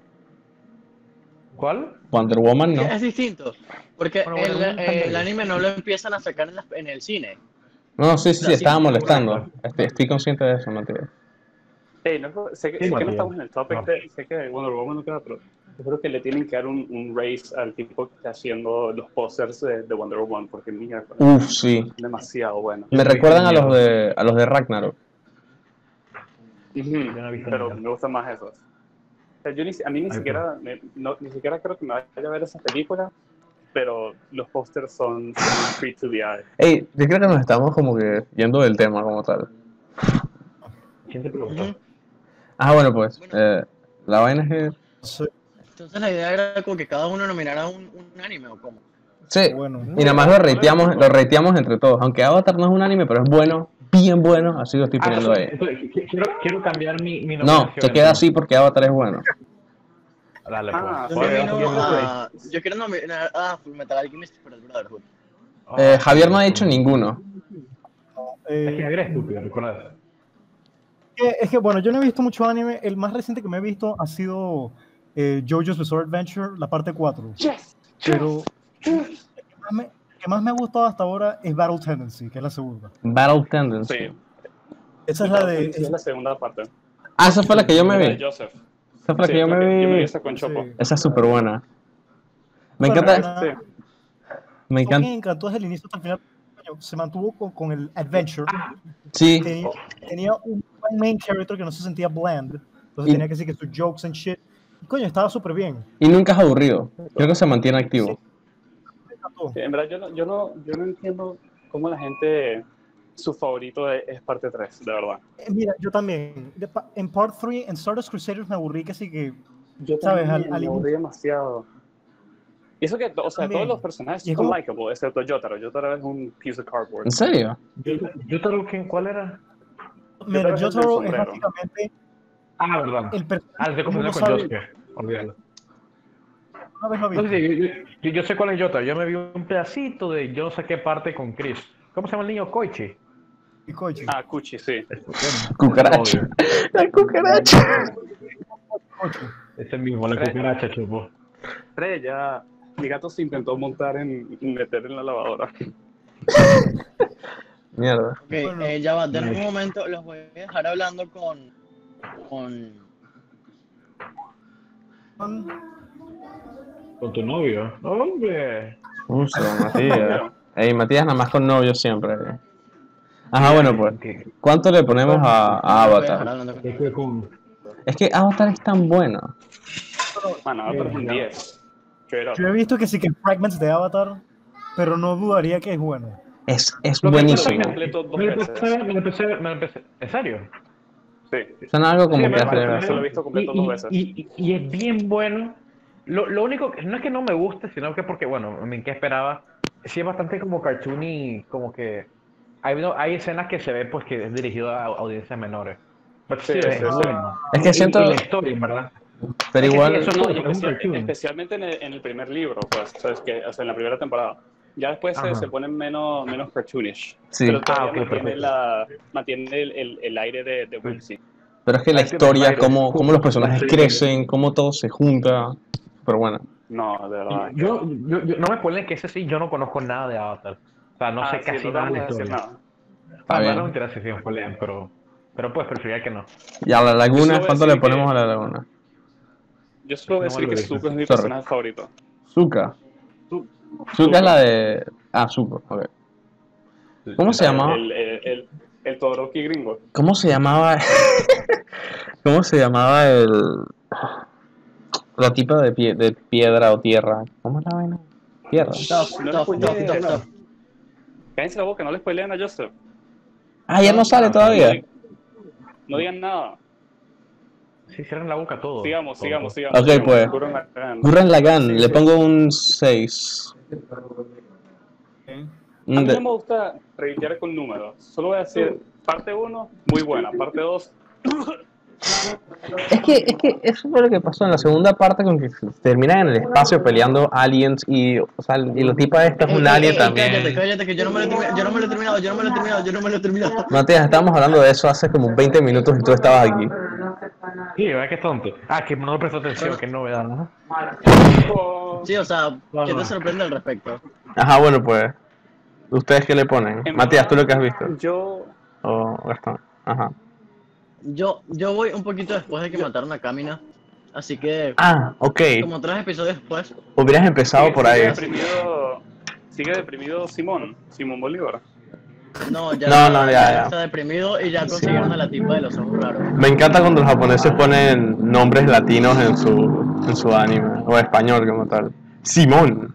¿Cuál? Wonder Woman no. Es distinto, porque Bueno, Wonder Woman está el medio. anime no lo empiezan a sacar en el cine. No, sí, sí, sí, estaba Así. molestando. Estoy consciente de eso, Matías. Ey, no, sé, Sí, sé que no Matías. estamos en el topic, No. sé que Wonder Woman no queda, pero yo creo que le tienen que dar un raise al tipo que está haciendo los posters de Wonder Woman, porque mira, Uf, sí. demasiado bueno. Me Yo no he recuerdan visto a los de Ragnarok. Ujú, Yo no he visto pero nada. me gustan más esos. O sea, a mí ni Ay, siquiera, ni siquiera creo que me vaya a ver esa película, pero los pósters son un treat to the eye. Ey, yo creo que nos estamos como que yendo del tema como tal. ¿Quién te preguntó? Ujú. Ah, bueno, pues. Bueno. La vaina es que. Sí, Entonces la idea era como que cada uno nominara un anime o cómo. Sí. bueno. Y nada más lo rateamos entre todos. Aunque Avatar no es un anime, pero es bueno, bien bueno. Así lo estoy poniendo ahí. Entonces, quiero cambiar mi No, nominación. se queda así porque Avatar es bueno. Dale, Ah, pues. Yo quiero nominar a Fullmetal Alchemist por el Brotherhood. Javier no ha dicho ninguno. Es que Eh, eres estúpido, ¿recuerdas? es que, bueno, yo no he visto mucho anime. El más reciente que me he visto ha sido JoJo's Bizarre Adventure, la parte 4. Pero el que más me ha gustado hasta ahora es Battle Tendency, que es la segunda. Battle Tendency. Sí, Esa es la de... es la segunda parte. Ah, esa fue la que yo me La vi. de Joseph. Esa fue la Sí, que yo yo me me vi vi. esa con Chopo. Sí. Esa es súper buena. Me Súper encanta. buena. Sí. Me Lo que me encanta. encantó desde el inicio hasta el final. Coño, se mantuvo con el Adventure. Sí. Tenía un buen main character que no se sentía bland. Entonces Y- tenía que decir que sus jokes and shit. Y, coño, estaba súper bien. Y nunca es aburrido. Creo que se mantiene activo. Me encantó. Sí, en verdad, yo no entiendo cómo la gente, su favorito es parte 3, de verdad. Mira, yo también. En Part 3, en Stardust Crusaders me aburrí que sí que... Yo ¿Sabes? también Al me aburrí demasiado. Y eso que, o sea, También. todos los personajes Y es son como- likable, excepto Jotaro. Jotaro es un piece of cardboard. ¿En serio? Yo te lo que ¿cuál era? Mira, Jotaro es el del Jotaro es sombrero. básicamente Ah, verdad. el personaje Estoy que uno confundiendo con sabe. Josuke. Olvídalo. Una vez lo vi. No sé si yo sé cuál es Jota. Yo me vi un pedacito de yo no sé qué parte con Chris. ¿Cómo se llama el niño? Koichi. Y Koichi. Ah, Kuchi, sí. Cucaracha. La cucaracha. Koichi. Ese mismo, la cucaracha, chupo. Fred, ya mi gato se intentó montar meter en la lavadora. Mierda. Ok, Bueno. ya va, denme un momento, los voy a dejar hablando con Con tu novio. ¡Hombre! Uso, Matías. Ey, Matías nada más con novio siempre. Ajá, bueno, pues. ¿Cuánto le ponemos a Los voy a dejar Avatar? hablando con- ¿Qué fue con...? Es que Avatar es tan bueno. Bueno, Avatar es un 10. Straight up. Yo he visto que sí que hay fragments de Avatar, pero no dudaría que es bueno. Es Lo que buenísimo. pasa es que completo dos Me lo veces. empecé. ¿En serio? Sí. Son algo como Sí, que me hace. se lo he visto completo dos veces. Y es bien bueno. Lo único, no es que no me guste, sino que porque, bueno, ¿qué esperaba? Sí es bastante como cartoony, como que... Hay escenas que se ve pues que es dirigido a audiencias menores. Pero sí, Sí, es sí, bueno. Es que siento- Y la historia, en verdad. Pero Es que igual. sí, eso No, es y un cartoon. especialmente en el primer libro, pues, sabes que, o sea, en la primera temporada. Ya después Ajá. se ponen menos cartoonish. Sí. Pero todavía ok, mantiene, perfecto. mantiene el aire de Whimsy. Pero es que la Hay que historia, ver, cómo los personajes crecen, cómo todo se junta. Pero bueno. No, de verdad. Yo no me ponen que ese sí, yo no conozco nada de Avatar. O sea, no sé sí, casi no nada de vamos la a decir historia. nada. Está No bien. me interesa si me spoilean, pero pues preferiría que no. Y a la Yo laguna, solo voy a ¿cuánto le decir ponemos que- a la laguna? Yo solo voy a No decir me lo que dices. Zuko es mi Sorry. personaje favorito. Zuka. Zu- Zuka es la de. Ah, Zuko, ok. ¿Cómo se llamaba? El Todoroki gringo. ¿Cómo se llamaba? ¿Cómo se llamaba el. La tipa de piedra o tierra? ¿Cómo es la vaina? Tierra. Tough, No le tough, spoileen, tough, tough. cállense la boca, no le spoileen a Joseph. Ah, ya no sale No, todavía. no digan nada. Sí, cierran la boca a todos. Sigamos. Ok, pues. Gurren Lagann. Gurren Lagann, Sí, le sí. pongo un 6. A mí no me gusta reitear con números. Solo voy a decir, parte 1, muy buena. Parte 2, Es que eso fue lo que pasó en la segunda parte, con que terminan en el espacio peleando aliens y, o sea, y la tipa esta es un alien también. Cállate, que yo no me lo he terminado. Matías, estábamos hablando de eso hace como 20 minutos y tú estabas aquí. Sí, ¿verdad que es tonto? Ah, que no le prestó atención, que novedad, ¿no? Sí, o sea, ¿qué te sorprende al respecto? Ajá, bueno, pues, ¿ustedes qué le ponen? En Matías, ¿tú lo que has verdad, visto? yo, O Gastón. Ajá. Yo voy un poquito después de que mataron a Kamina, así que Ah, ok. como 3 episodios después. Hubieras empezado por ahí. sigue deprimido Simón Bolívar. No, ya, No, ya. está deprimido y ya consiguieron a la tipa de los ojos raros. Me encanta cuando los japoneses ponen nombres latinos en su anime, o español como tal. Simón.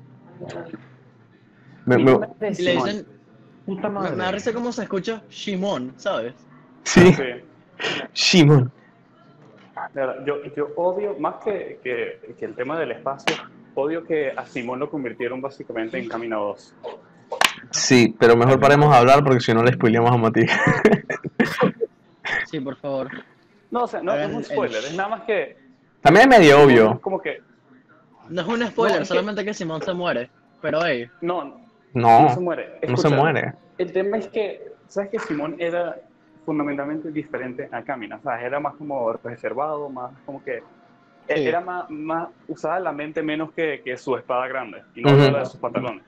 Me- Y le dicen, Puta me da risa cómo se escucha Shimon, ¿sabes? sí, Sí. Simón. De verdad, yo odio, más que el tema del espacio, odio que a Simón lo convirtieron básicamente en Camino 2. Sí, pero mejor paremos a hablar porque si no le spoileamos a Matías. Sí, por favor. No, o sea, no es un spoiler, es nada más que... También es medio Es obvio. como que... No es un spoiler, No, es que- solamente que Simón se muere. Pero hey, No se No, muere. no se muere. El tema es que, ¿sabes que Simón era fundamentalmente diferente a Camina? O sea, era más como reservado, más como que... Era más usaba la mente menos que su espada grande. Y no Ujú. la de sus pantalones.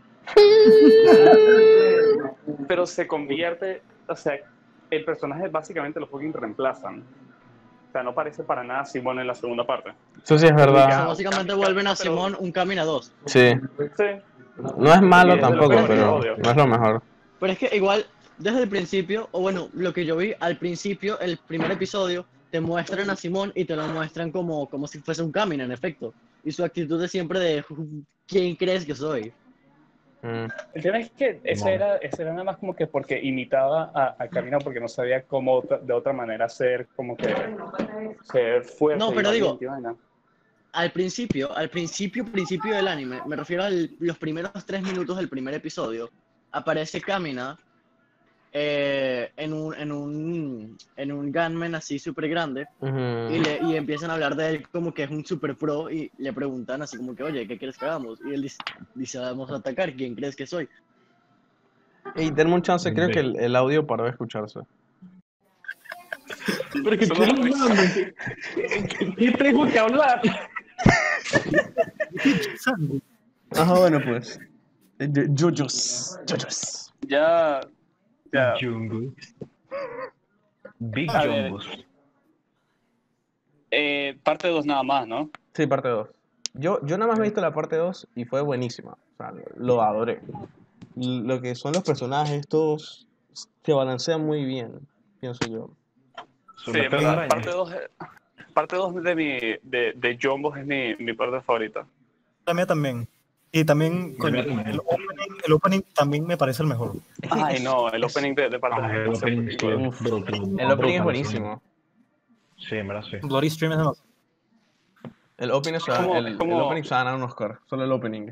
Pero se convierte... O sea, el personaje básicamente lo fucking reemplazan. O sea, no parece para nada Simón en la segunda parte. Eso sí es o sea, verdad. básicamente vuelven a pero- Simón un Kamina 2. Sí. Sí. No es malo Sí, es de lo tampoco, peor que pero odio. no es lo mejor. Pero es que igual, desde el principio, o bueno, lo que yo vi al principio, el primer episodio, te muestran a Simón y te lo muestran como si fuese un Kamina, en efecto. Y su actitud es siempre de, ¿quién crees que soy? Mm. El tema es que ese era nada más como que porque imitaba a Camina porque no sabía cómo de otra manera ser como que ser fuerte. No, y pero digo, valiente y vaina. al principio del anime, me refiero a los primeros 3 minutos del primer episodio, aparece Kamina en un gunman así súper grande Ujú. y empiezan a hablar de él como que es un super pro y le preguntan así como que, oye, ¿qué quieres que hagamos? Y él dice, vamos a atacar, ¿quién crees que soy? Y denme un chance, creo que el audio paró de escucharse. Pero que estoy hablando. ¿Qué tengo que hablar? Ajá, bueno pues. Jojos. Ya. Jungus. Big A ver. Jungus. Parte 2 nada más, ¿no? Sí, parte 2. Yo nada más he visto la parte 2 y fue buenísima. O sea, lo adoré. Lo que son los personajes, todos se balancean muy bien, pienso yo. Sí, en verdad. Parte 2 de Jumbo es mi parte favorita. La mía también. Y también, coño, el opening también me parece el mejor. Ay, no, el opening de parte 2. El opening Uf, el opening es buenísimo. Sí, en verdad sí. Bloody Stream es demasiado. El opening se como- el opening se va a ganar un Oscar, solo el opening.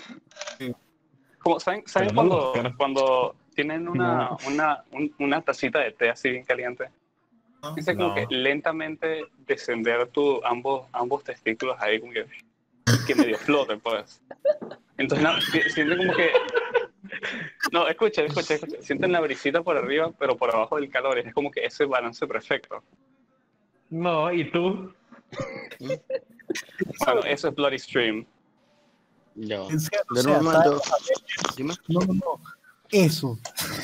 ¿Saben Pero no, cuando tienen una tacita de té así bien caliente? Dice como No. que lentamente descender ambos testículos ahí como que medio floten, pues. Entonces sienten como que... No, escucha. Sienten la brisita por arriba, pero por abajo del calor. Es como que ese balance perfecto. No, ¿y tú? Bueno, eso es Bloody Stream. Ya. En serio, o De sea, un momento, está- dime. No. Eso.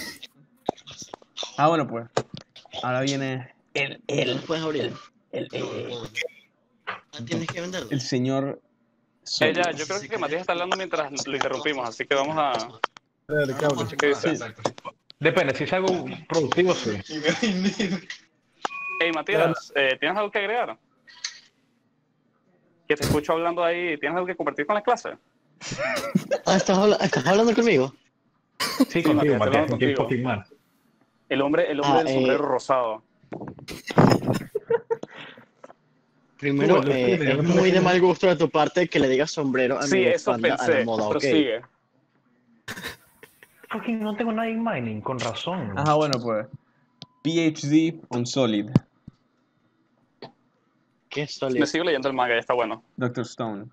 Ah, bueno pues. Ahora viene Puedes abrir. Tienes que venderlo. el señor... Ya, yo creo que Matías está hablando mientras lo interrumpimos, así que vamos a... Dale, que hable. ¿Qué dice? Depende, si es algo productivo, sí. Hey, Matías, ¿tienes algo que agregar? Que te escucho hablando ahí, ¿tienes algo que compartir con la clase? ¿Estás hablando conmigo? Sí, contigo, Matías, Matías, contigo. un poquito más. El hombre del sombrero rosado. Primero, Tú, es muy de mal gusto de tu parte que le digas sombrero a Sí, mi eso bufanda a la pensé. moda, ¿ok? Prosigue. Fucking no tengo nada en mining, con razón. Ajá, bueno, pues. PhD on Solid. Qué Me sólido. sigo leyendo el manga, ya está bueno. Doctor Stone.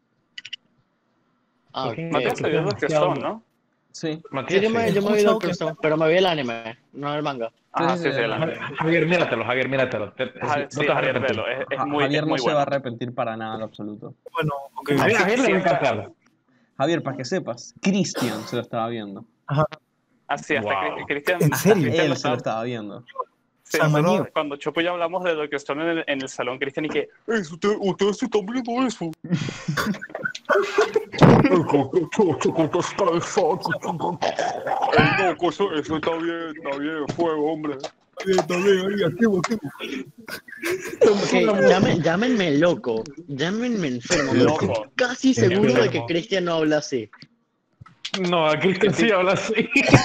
Ah, Fucking, Matías se vio Doctor Stone, ¿no? Sí. sí, Matías, yo me sí. vi Doctor Stone, pero me vi el anime, no el manga. Ajá, sí, sí, sí, el no. anime. Javier, míratelo, Javier, míratelo. No Sí, te vas a Javier, arrepentir. velo. Es Javier no muy se va a bueno. arrepentir para nada en lo absoluto. Bueno, ok. Javier, Así Javier le va a siempre- encantar. Javier, para que sepas, Christian se lo estaba viendo. Así, hasta Wow. Cristian. ¿En serio? Cristian Él lo se lo estaba. estaba viendo. Sí, San nosotros, Maniu. cuando Chopo y yo hablamos de Doctor Stone en el salón, Cristian y que, ustedes se están viendo eso. No, eso está bien, fuego, hombre. Está bien, ahí, activo. Ok, llámenme loco, llámenme enfermo, pero Loco. estoy casi seguro de que Enfermo. Cristian no habla así. No, a Cristian sí habla así.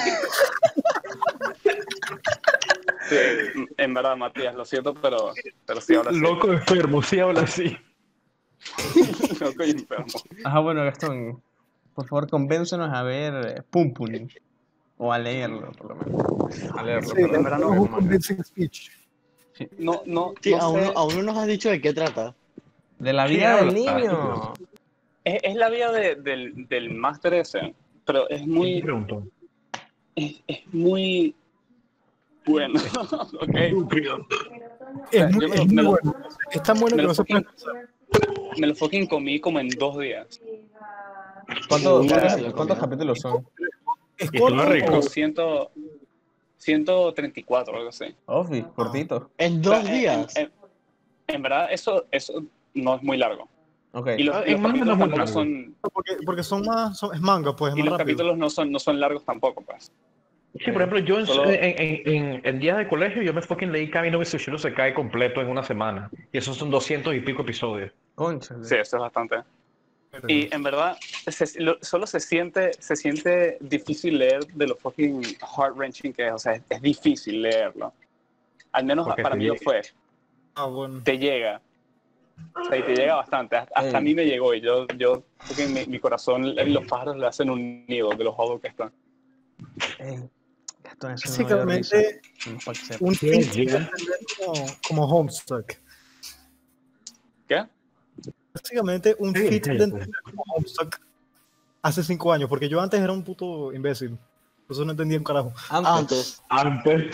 Sí, en verdad, Matías, lo siento, pero sí ahora sí. Loco enfermo, sí habla así. Loco y enfermo. Ajá, bueno, Gastón, por favor, convéncenos a ver Pum Pum. O a leerlo, por lo menos. A leerlo, Sí, en verdad no, es un manga. convincing speech. No Sí, sé. aún no nos has dicho de qué trata. De la Sí, vida del habla. niño. Es la vida del máster ese, pero es ¿Quién te muy, preguntó? es muy bueno. Ok. Es Yo muy me lo- bueno. Es tan bueno me que lo no se puede fucking- pensar. Me lo fucking comí como en 2 días. ¿Cuántos, Uy, cuántos- se lo cuántos comió. capítulos son? Es Y estuvo corto. rico. Como 134 o algo así. Ofi, cortito. En O sea, 2 días. en verdad, eso no es muy largo. Ok. Y los En manga no capítulos es muy tampoco largo. son. Porque es manga, pues es Y más los rápido. capítulos no son largos tampoco, pues. Sí, por ejemplo, yo Solo- en días de colegio yo me fucking leí Camino de Tsushiro se cae completo en una semana. Y esos son 200 y pico episodios. Conchale. Sí, eso es bastante. Y en verdad, solo se siente difícil leer de lo fucking heart-wrenching que es. O sea, es difícil leerlo. Al menos Porque para te mí lo llega. fue. Bueno. Te llega. O sea, y te llega bastante. Hasta Ey. a mí me llegó. Y yo fucking mi corazón, los pájaros le hacen un nido de los juegos que están. Ey, Gastón, eso no me dio risa. Básicamente, Para que sepas. un Sí, feat sí. como Homestuck. ¿Qué? Básicamente, un Sí, feat sí, de sí. entender como Homestuck hace 5 años, porque yo antes era un puto imbécil. Por eso no entendía un carajo. Antes. Antes.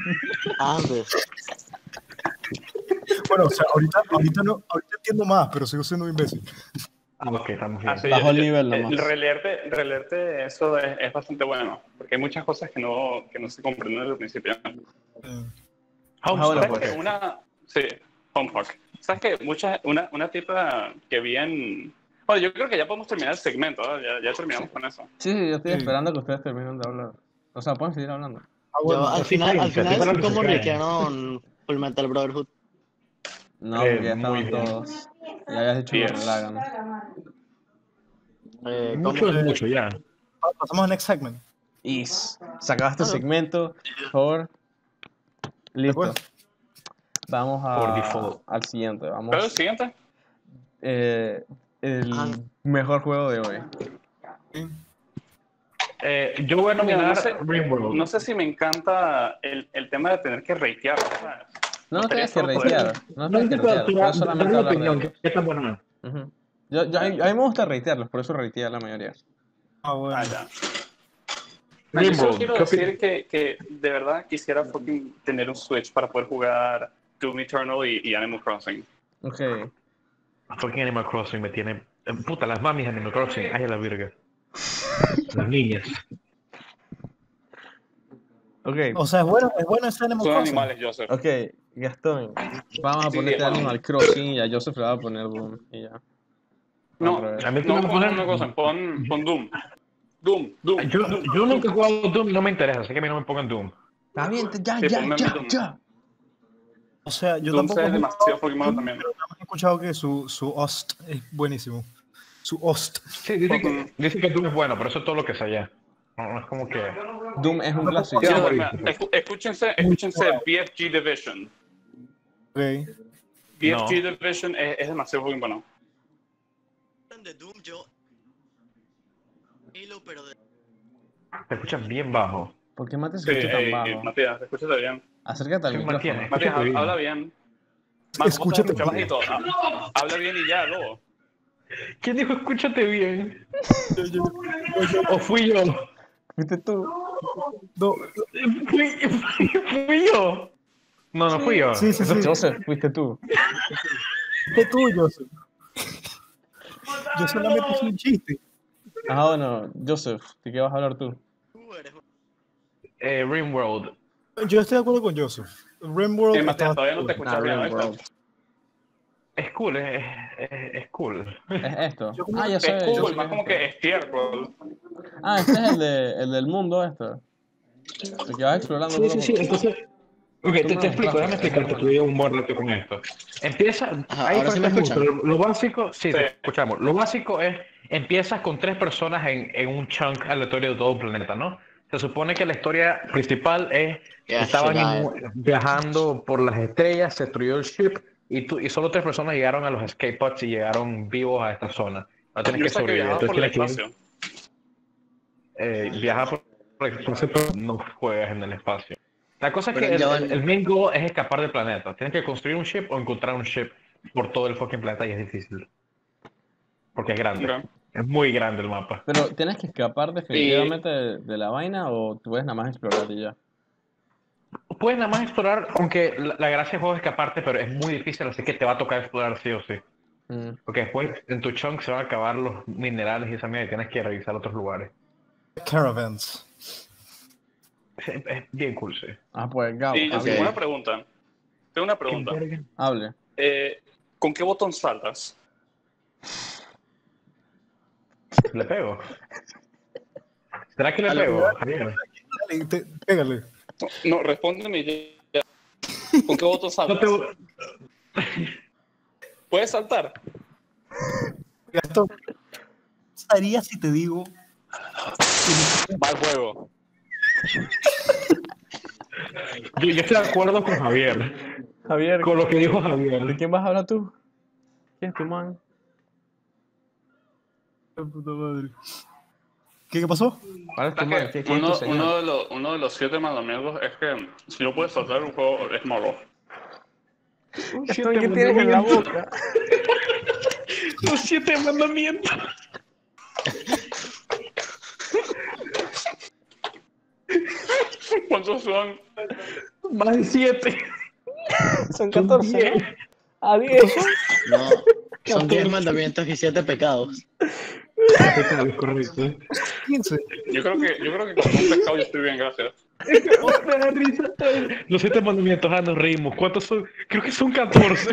Bueno, o sea, ahorita entiendo más, pero sigo siendo un imbécil. Ah, ok, estamos bien. Sí, Bajo el nivel nomás. releerte eso es bastante bueno. Porque hay muchas cosas que no se comprenden desde el principio. bueno, ¿Sabes pues. que sí, Homestuck. ¿Sabes que una tipa que vi en... Bueno, yo creo que ya podemos terminar el segmento, ¿no? Ya terminamos con eso. Sí, yo estoy Sí. esperando que ustedes terminen de hablar. O sea, pueden seguir hablando. Yo, al final sí, para sí lo que como se cae. riquearon Full Metal Brotherhood. No, porque ya muy estaban bien. todos. Ya habías dicho lo que le hagan. Mucho es mucho, ya. Pasamos al next segment. Y se acaba este Ah. segmento. Por favor. Listo. acuerdo. Vamos Por default. al siguiente. ¿Pero el Vamos. siguiente? El mejor juego de hoy. Yo voy a nominar No sé- Rimworld. No sé si me encanta el tema de tener que ratear, ¿sabes? No Me tienes que gustaría solo ratear. No tienes que ratear. Puedes solamente la hablar de opinión, él. ¿qué tan bueno es? Ujú. A mí me gusta ratearlos, por eso rateé la mayoría. Bueno. Ya. No, yo solo Rimworld, quiero ¿qué decir que de verdad quisiera fucking tener un Switch para poder jugar Doom Eternal y Animal Crossing. Ok. Fucking Animal Crossing me tiene... Puta, las mamis de Animal Crossing. Ay, a la virga. Las niñas. Ok. O sea, es bueno ese Animal Son Crossing. animales, Joseph. Ok, Gastón. Vamos a Sí, ponerte hermano. Animal Crossing y a Joseph le va a poner Doom. Y ya. No, Al revés. A mí tú no, me pon pones- una cosa, pon Doom. Doom. Yo nunca he jugado Doom, no me interesa, así que a mí no me pongan Doom. Está bien, ya, Sí, ponme mi Doom. ya. O sea, yo Doom tampoco se he ve jugado demasiado fucking malo también. pero nada más he escuchado que su host es buenísimo. su host. Sí, dice que Doom es bueno, pero eso es todo lo que sé allá. No es como que... Doom es un clásico. Sí, mira, escúchense BFG Division. Ok. BFG Division es demasiado muy bueno. De Doom, yo. Halo, pero de. Te escuchas bien bajo. ¿Por qué Mate se Sí, escucha tan bajo? Matías, escúchate bien. Acércate al Sí, micrófono. mantiene. Matías, Escúchate bien. habla bien. Escúchate Escucha bien. bajito. Habla bien y ya, luego. ¿Quién dijo escúchate bien? ¿O fui yo? ¿Viste tú? No, ¿Fui yo? No fui yo. sí. Joseph, fuiste tú. ¿Qué tuyo? Yo solamente hice un chiste. Ah, bueno, Joseph, ¿de qué vas a hablar tú? Tú eres. Rimworld. Yo estoy de acuerdo con Joseph. Rimworld Matías, está... todavía no te escuchas bien, ¿oíste? Es cool, es cool. ¿Es esto? Yo como- Ah, ya Es sé. yo sé cool, qué más es como esto. que estiércol. Ah, este es el del mundo, esto. El que vas explorando. Sí, poco a sí, sí, poco. entonces... Ok, te no, explico, claro, déjame explicarte, es que llevo un buen rato con esto. Empieza, Ajá, hay ahora sí me diferentes escuchan. mundos, pero lo básico, sí, te Sí. escuchamos. Lo básico es, empiezas con 3 personas en un chunk aleatorio de todo el planeta, ¿no? Se supone que la historia principal es, Yeah, estaban shit, viajando por las estrellas, se destruyó el ship, y solo 3 personas llegaron a los escape pods y llegaron vivos a esta zona. No tienes Yo que sé que sobrevivir, viajaba por entonces el tienes que ir, espacio. viajar por el espacio, pero no juegas en el espacio. La cosa es Pero que ya van. el main goal es escapar del planeta. Tienes que construir un ship o encontrar un ship por todo el fucking planeta y es difícil. Porque es grande. Ok. Es muy grande el mapa. Pero tienes que escapar definitivamente de la vaina o tú puedes nada más explorar y ya. Puedes nada más explorar, aunque la gracia del juego es escaparte, pero es muy difícil, así que te va a tocar explorar sí o sí. Mm. Porque después en tu chunk se van a acabar los minerales y esa mierda y tienes que revisar otros lugares. Caravans. Es bien cool, sí. Ah, pues Gabo, Y yo Ok. tengo una pregunta. Tengo una pregunta. hable. ¿Con qué botón saltas? ¿Le pego? ¿Será que le A lo- pego, Javier? Dale, pégale. No, respóndeme ya. ¿Con qué botón No saltas? te... ¿Puedes saltar? Gastón, ¿qué pasaría si te digo Va al juego. Yo estoy de acuerdo con Javier. Javier, Con lo que dijo ¿de Javier. quién vas a hablar tú? ¿Quién es tu man? puta madre. ¿Qué pasó? ¿Cuál es tu man? ¿Quién es tu señor? Uno de los 7 mandamientos es que si no puedes saltar un juego es malo. Esto, ¿qué tienes en la boca? Los 7 mandamientos. ¿Cuántos son? Más de 7. Son 14, ¿no? ¿A 10? No, son 10 mandamientos y 7 pecados. Correcto. 15. Yo creo que con un pescado yo estoy bien, gracias. Me da risa. Los 7 mandamientos, nos reímos. ¿Cuántos son? Creo que son 14.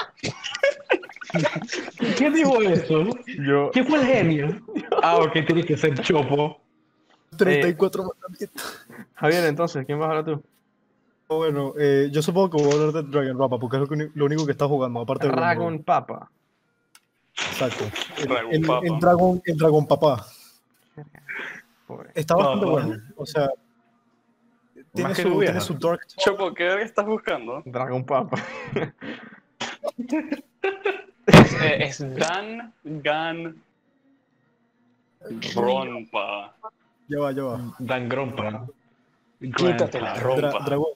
¿Quién dijo eso? Yo. ¿Quién fue el genio? Ah, ok, tiene que ser Chopo. 34 mandamientos. Javier, entonces, ¿quién vas a hablar tú? Bueno, yo supongo que voy a hablar de Dragon Rapa porque es lo único que está jugando, aparte de Dragon Papa. Exacto. Dragon Papa. El Dragon Papá. Pobre. Está bastante Papá. bueno. O sea, tiene Más que su, tu vieja. tiene su dark. Chopo, ¿qué estás buscando? Dragon Papa. Es Dan Gan Rompa. Ya va. Dan Grompa. Quítate la rompa. Dragón.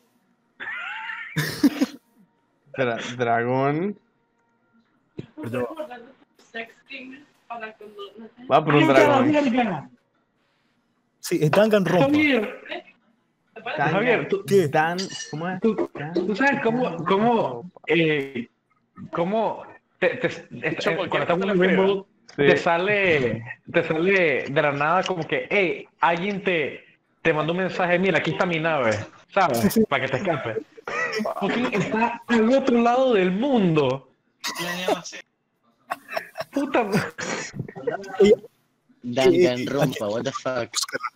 Dragón. Ya va. Va por un dragón. Sí, es Danganronpa. Javier, Javier, tú, ¿Qué? ¿Cómo es? ¿tú sabes cómo Chopo, cuando estás ¿quieres que te jugando lo Rainbow, Sí. te sale de la nada como que, hey, alguien te mandó un mensaje, mira, aquí está mi nave, ¿sabes? Para que te escapes. Porque está al otro lado del mundo. Puta madre. Danganronpa, what the fuck.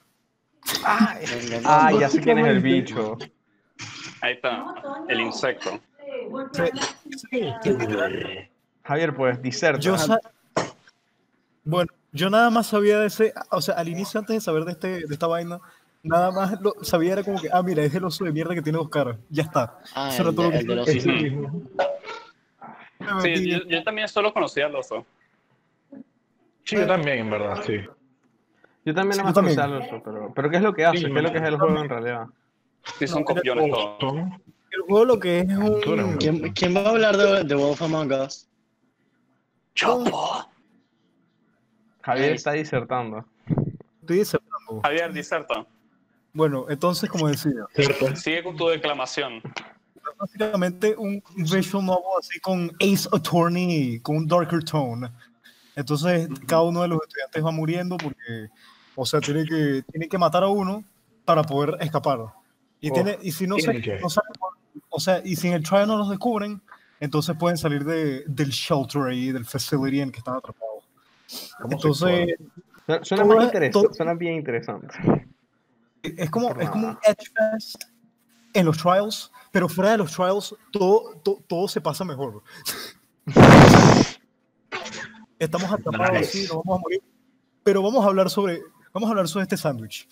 Ah, ya sé quién es el bicho. Ahí está, el insecto. Javier, pues, diserta. Yo, Bueno, yo nada más sabía de ese, o sea, al inicio antes de saber de esta vaina, nada más lo sabía era como que, mira, es el oso de mierda que tiene dos caras, ya está. Ah, Eso era todo lo que el de los Ese Ujú. mismo. me Sí, metí. yo también solo conocía al oso. Sí, yo también, en verdad, sí. Yo también Sí, nada yo más también. conocía al oso, pero ¿qué es lo que hace? Sí, ¿Qué es lo que es el juego en realidad? Sí, son No, era copiones todos. Boston. el juego lo que es Tú eres un... un- ¿Quién va a hablar de Wolf Among Us? ¡Chopo! Javier Nice. está disertando. Estoy disertando. Javier, diserta. Bueno, entonces, como decía, ¿Cierto? Sigue con tu declamación. básicamente un visual novel así con Ace Attorney, con un darker tone. Entonces, cada uno de los estudiantes va muriendo porque, o sea, tiene que matar a uno para poder escapar. Y si no se, tiene que. no sale o sea, y si en el trial no los descubren, entonces pueden salir del shelter ahí, del facility en que están atrapados. Entonces, Suena todo más es- interesante, todo- suena bien interesante. es como un nada. edge fest en los trials, pero fuera de los trials, todo se pasa mejor. Estamos atrapados Nice. así, no vamos a morir. Pero vamos a hablar sobre este sándwich.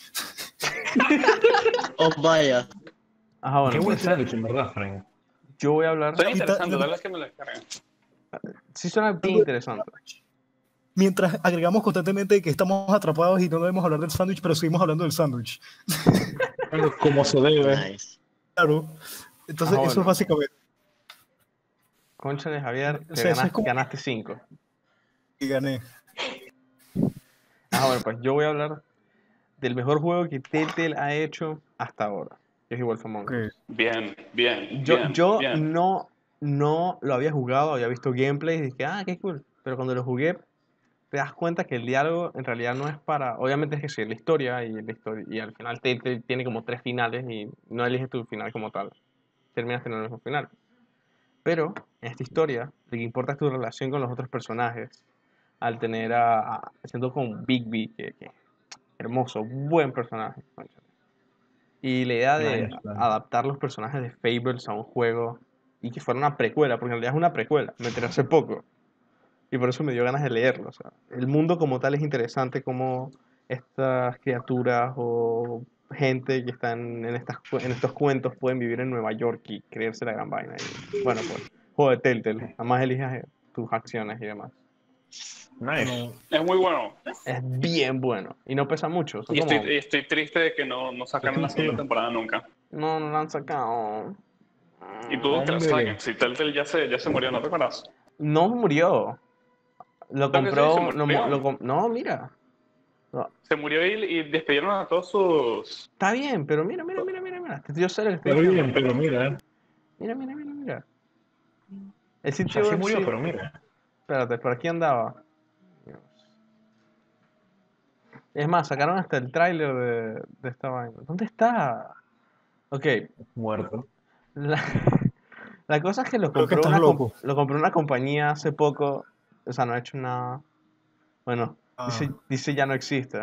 Oh, vaya. Ajá, Qué bueno, buen pues, sándwich, en verdad, Frank. yo voy a hablar. Suena Ahorita- interesante, dale que me lo descarguen. Sí, suena bien interesante. Mientras agregamos constantemente que estamos atrapados y no debemos hablar del sándwich, pero seguimos hablando del sándwich. Como se debe. Nice. Claro. Entonces, Ah, eso bueno. es básicamente. Cónchale, Javier, O sea, eso es como- ganaste 5. Y gané. Bueno, pues yo voy a hablar del mejor juego que Telltale ha hecho hasta ahora, que es Wolf Among Us. Ok. Bien, bien, Yo, bien, yo bien. no lo había jugado, había visto gameplay y dije, qué cool. Pero cuando lo jugué, te das cuenta que el diálogo en realidad no es para. Obviamente es que sí, la historia y al final Telltale tiene como 3 finales y no eliges tu final como tal. Terminas teniendo el mismo final. Pero en esta historia, lo que importa es tu relación con los otros personajes. Al tener siendo con Bigby, que hermoso, buen personaje. Cónchale. Y la idea de Nice, man. adaptar los personajes de Fables a un juego y que fuera una precuela, porque en realidad es una precuela, me enteré hace poco. Y por eso me dio ganas de leerlo. O sea, el mundo como tal es interesante, como estas criaturas o gente que están en estos cuentos pueden vivir en Nueva York y creerse la gran vaina. Y, bueno, pues, juego de Telltale. Además eliges tus acciones y demás. Nice. Es muy bueno. Es bien bueno. Y no pesa mucho. Son Y como... estoy triste de que no sacaron la segunda temporada nunca. No lo han sacado. Y dudo que la Hombre. saquen. Si Telltale ya se murió, ¿no te acuerdas? No murió. Lo Creo que sí, compró... se murió. No, mira. No, Se murió y despidieron a todos sus... está bien, pero mira. Yo sé lo que estoy Pero diciendo. bien, pero mira. Mira. El O sitio sea, sí web murió, sí- pero mira. Espérate, por aquí andaba. Es más, sacaron hasta el tráiler de esta vaina. ¿Dónde está? Ok, Muerto. la, la cosa es que Creo que estás loco. lo compró una compañía hace poco. O sea, no ha hecho nada. Bueno, dice ya no existe.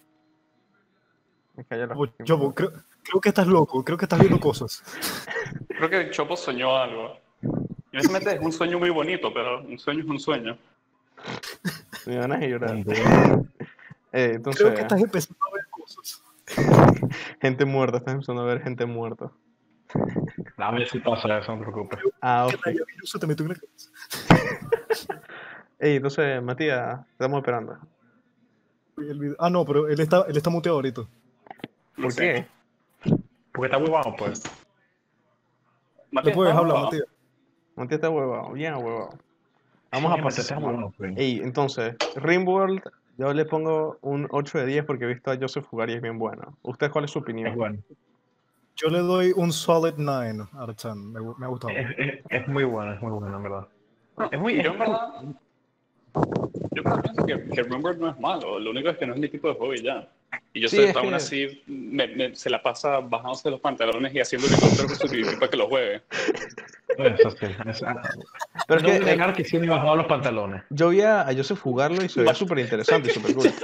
Me cayó la fucking Yo puta. creo que estás loco. Creo que estás viendo cosas. Creo que Chopo soñó algo. Y honestamente es un sueño muy bonito, pero un sueño es un sueño. Me van a llorar. Hombre. Entonces, Creo que estás empezando a ver cosas. gente muerta, estás empezando a ver gente muerta. A ver si pasa eso, no te preocupes. Que Ok. el virus se te metió en la cabeza. Entonces, Matías, te estamos esperando. No, pero él está muteado ahorita. Lo ¿Por sé. qué? Porque está huevado, pues. Le Matías, puedes ¿estás hablar, ocupado? Matías. Matías está huevado, bien huevado. Vamos a pasar. Está huevado, pues. Entonces, Rimworld, yo le pongo un 8 de 10 porque he visto a Joseph jugar y es bien bueno. ¿Usted cuál es su Es opinión? bueno. Yo le doy un solid 9 out of 10. Me ha gustado. Es muy bueno, en verdad. Es muy. Yo en verdad pienso que Rimworld no es malo, lo único es que no es mi tipo de juego y ya. Y yo Sí, sé es que aún que- así se la pasa bajándose los pantalones y haciendo helicópteros con su PvP para que lo juegue. Eso sí. Pero es No que voy a negar que sí me bajado los pantalones. yo vi a Joseph jugarlo y se veía súper interesante y súper cool.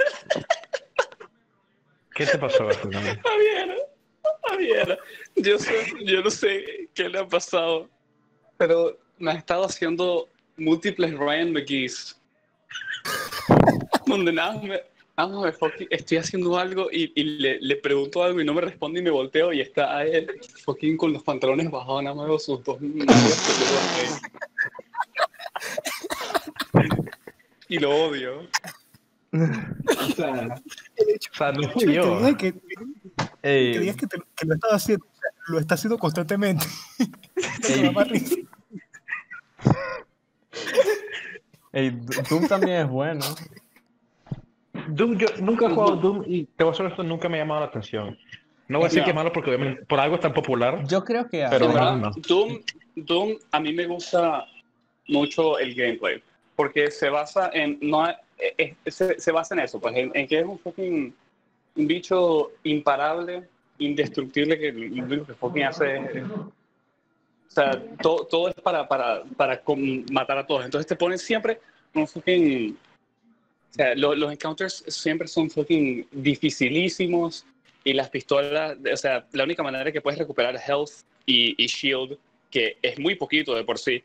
¿Qué te pasó, también? Javier, yo no sé qué le ha pasado, pero me ha estado haciendo múltiples Ryan McGee's. donde estoy haciendo algo y le pregunto algo y no me responde y me volteo y está a él fucking con los pantalones bajados, nada más veo sus dos nalgas y lo odio. O sea, no fui Que yo. digas que Ey, que lo estás haciendo, o sea, lo está haciendo constantemente. Eso me da más risa. Doom también es bueno. Doom, yo nunca he jugado Doom y te voy a ser honesto, nunca me ha llamado la atención. No voy a decir No. que es malo porque obviamente por algo es tan popular. Yo creo que Pero En no, verdad, no. Doom a mí me gusta mucho el gameplay porque se basa en se basa en eso, pues en que es un bicho imparable, indestructible, que lo único que fucking hace o sea, todo es para matar a todos. Entonces te ponen siempre un fucking... O sea, los encounters siempre son fucking dificilísimos y las pistolas, o sea, la única manera que puedes recuperar health y shield, que es muy poquito de por sí,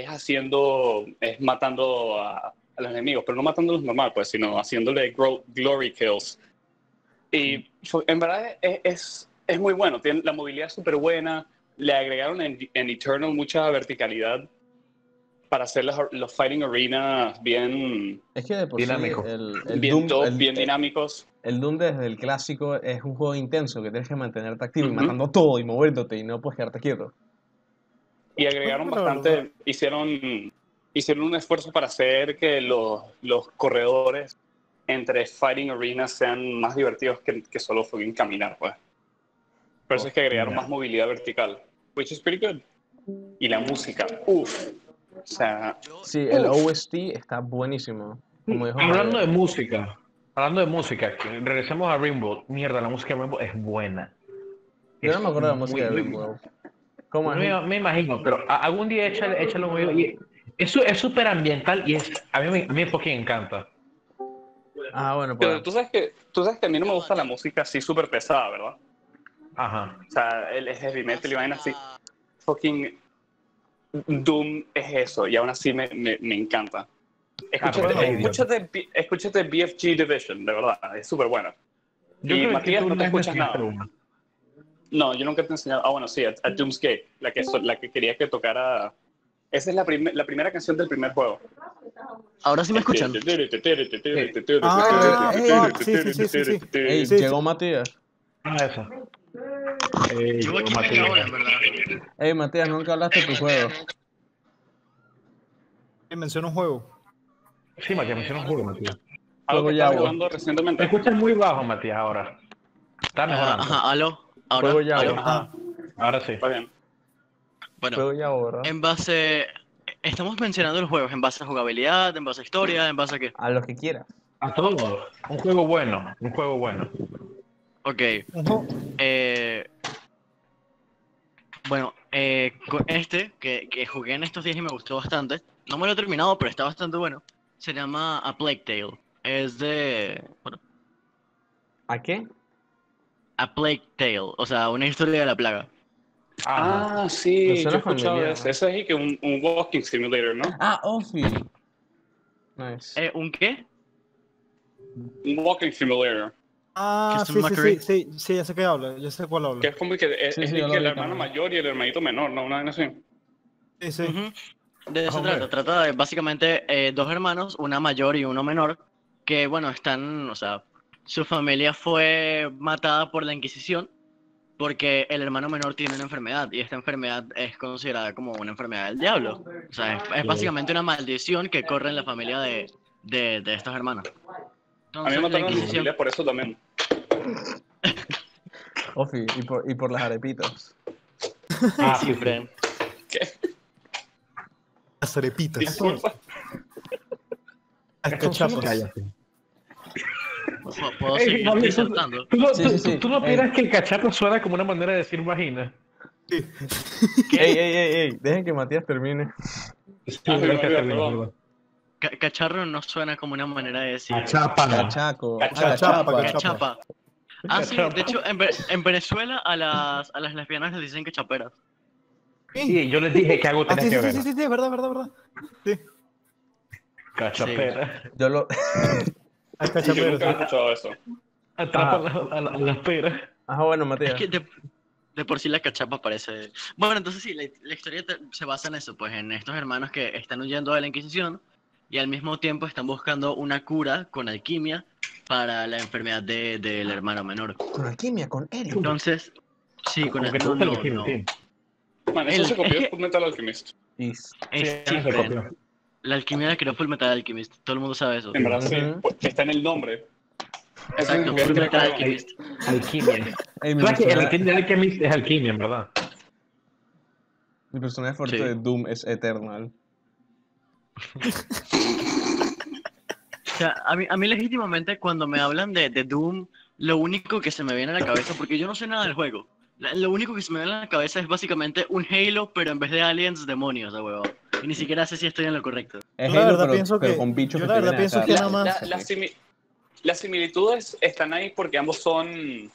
es matando a los enemigos, pero no matándolos normal, pues, sino haciéndole glory kills. Y en verdad es muy bueno, tiene la movilidad súper buena, le agregaron en Eternal mucha verticalidad para hacer los fighting arenas bien, Es que de por sí Dinámico. el bien Doom, top, bien dinámicos. el Doom desde el clásico es un juego intenso que tienes que mantenerte activo y Ujú. matando todo y moviéndote y no puedes quedarte quieto. Y agregaron Bueno, bastante, hicieron un esfuerzo para hacer que los corredores entre fighting arenas sean más divertidos que solo fucking caminar, pues. Por eso es que agregaron más movilidad vertical, which is pretty good. Y la música, uff. O sea, Sí, el uf. OST está buenísimo. Como dijo Hablando de Javier. música, que regresemos a Rainbow. Mierda, la música de Rainbow es buena. Yo no me acuerdo de la muy, música de muy- Rainbow. ¿Cómo es? me imagino, pero algún día échale un oído. Y es súper ambiental y a mí me fucking encanta. Ah, bueno, pues. Pero tú sabes que a mí no me gusta la música así súper pesada, ¿verdad? Ajá. O sea, el heavy metal y vaina así. Fucking Doom es eso, y aún así me encanta. Escúchate BFG Division, de verdad, es súper buena. Yo Y creo Matías, tú no te una vez me escuchas enseñaste nada. una. No, yo nunca te he enseñado. Ah, bueno, sí, a Doomsgate, la que quería que tocara. Esa es la primera canción del primer juego. Ahora sí me escuchan. Ah, fuck, sí. Ey, Sí, llegó Matías. Esa. Llevo aquí Matías. media hora, en verdad. Ey, Matías, nunca hablaste de tu juego. Menciona un juego. Sí, Matías, menciona un juego, Matías. Algo Fuego que y estaba agua. jugando Te recientemente. escuchas muy bajo, Matías, ahora. Está mejorando. Ajá, aló. Ahora, Fuego y agua. aló. Ajá, Ahora sí. va bien. Bueno, Fuego y agua, ¿verdad? en base. Estamos mencionando los juegos en base a jugabilidad, en base a historia, en base a qué. A los que quieras. A todo. Un juego bueno. Un juego bueno. Ok. Un juego. Bueno, con este que jugué en estos días y me gustó bastante. No me lo he terminado, pero está bastante bueno. Se llama A Plague Tale. Es de. Bueno, ¿A qué? A Plague Tale. O sea, una historia de la plaga. Ajá. Ah, sí, Me yo suena he escuchado familiar. eso. Eso es y que un walking simulator, ¿no? Ah, Ofi. Nice. ¿Un qué? Un walking simulator. Ah, Christopher McQuarrie. sí, ya sé qué habla, ya sé cuál habla. Que es como que es Sí, y yo lo que vi la hermana también. mayor y el hermanito menor, ¿no? Una vaina así. Sí. Ujú. De eso Hombre. trata. Trata de básicamente dos hermanos, una mayor y uno menor, que bueno, están, o sea, su familia fue matada por la Inquisición porque el hermano menor tiene una enfermedad y esta enfermedad es considerada como una enfermedad del diablo. O sea, es básicamente una maldición que corre en la familia de estos hermanos. A mí me Entonces, la mataron a mi Inquisición. familia por eso también. Ofi, y por las arepitas. Ah, sí, Siempre. ¿Qué? Las arepitas. Disculpa. Las Eso solo cachapas. cállate. Puedo Ey, seguir Gabriel, disertando. ¿Tú no Ey. piensas que el cachapo suena como una manera de decir vagina? Ey, dejen que Matías termine. Sí, Ah, verdad me que olvidó, termina, perdón. verdad. Cacharro no suena como una manera de decir. Cachapa. Cachaco. Cachapa. Cachapa. Ah, sí, de hecho, en Venezuela a las lesbianas les dicen cachaperas. Sí, yo les dije que algo Ah, tenía que ver. sí, verdad. Sí. Cachapera. Yo lo, Hay Yo cachaperos. nunca he escuchado eso. Atrapa las peras. Ajá, bueno, Es Matías. que de por sí la cachapa parece... Bueno, entonces sí, la historia se basa en eso, pues en estos hermanos que están huyendo de la Inquisición y al mismo tiempo están buscando una cura con alquimia para la enfermedad del hermano menor. Con alquimia, con Eric. Entonces, sí, con Como que te no, gusta el no, film, no. sí. Man, eso El- se es copió que- de Full Metal Alchemist. Y Sí, sí, se copió. la alquimia la creó Fullmetal Alchemist, todo el mundo sabe eso. En verdad, sí. Ujú. Pues, está en el nombre. Eso Exacto, es lo que Fullmetal creo. Alchemist. Alquimia. Ey, mi ¿Sabes que el personaje, alquimia de Alchemist es alquimia, en verdad? mi personaje favorito Sí. de Doom es Eternal. O sea, a mí legítimamente cuando me hablan de Doom, lo único que se me viene a la cabeza, porque yo no sé nada del juego, lo único que se me viene a la cabeza es básicamente un Halo, pero en vez de aliens, demonios, de huevo. Y ni siquiera sé si estoy en lo correcto. Es Yo la Halo, verdad pero, pienso pero que- con bichos yo que la te verdad vienen a pienso cada que rato. nada más- Las similitudes están ahí porque ambos son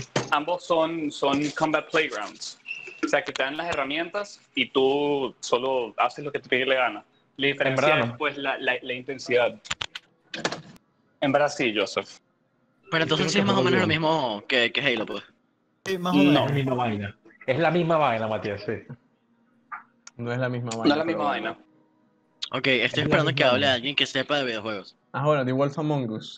combat playgrounds. O sea, que te dan las herramientas y tú solo haces lo que te pide la gana. La diferencia verdad, es no. pues la intensidad. En verdad sí, Joseph. Pero entonces Creo sí que es más o juego menos lo Doom. mismo que Halo, pues. Sí, más o No. Es menos. la misma vaina. Es la misma vaina, Matías, sí. No es la misma No vaina. es la misma pero- vaina. Ok, Es estoy la esperando que misma hable vaina. alguien que sepa de videojuegos. Ah, bueno, The Wolf Among Us.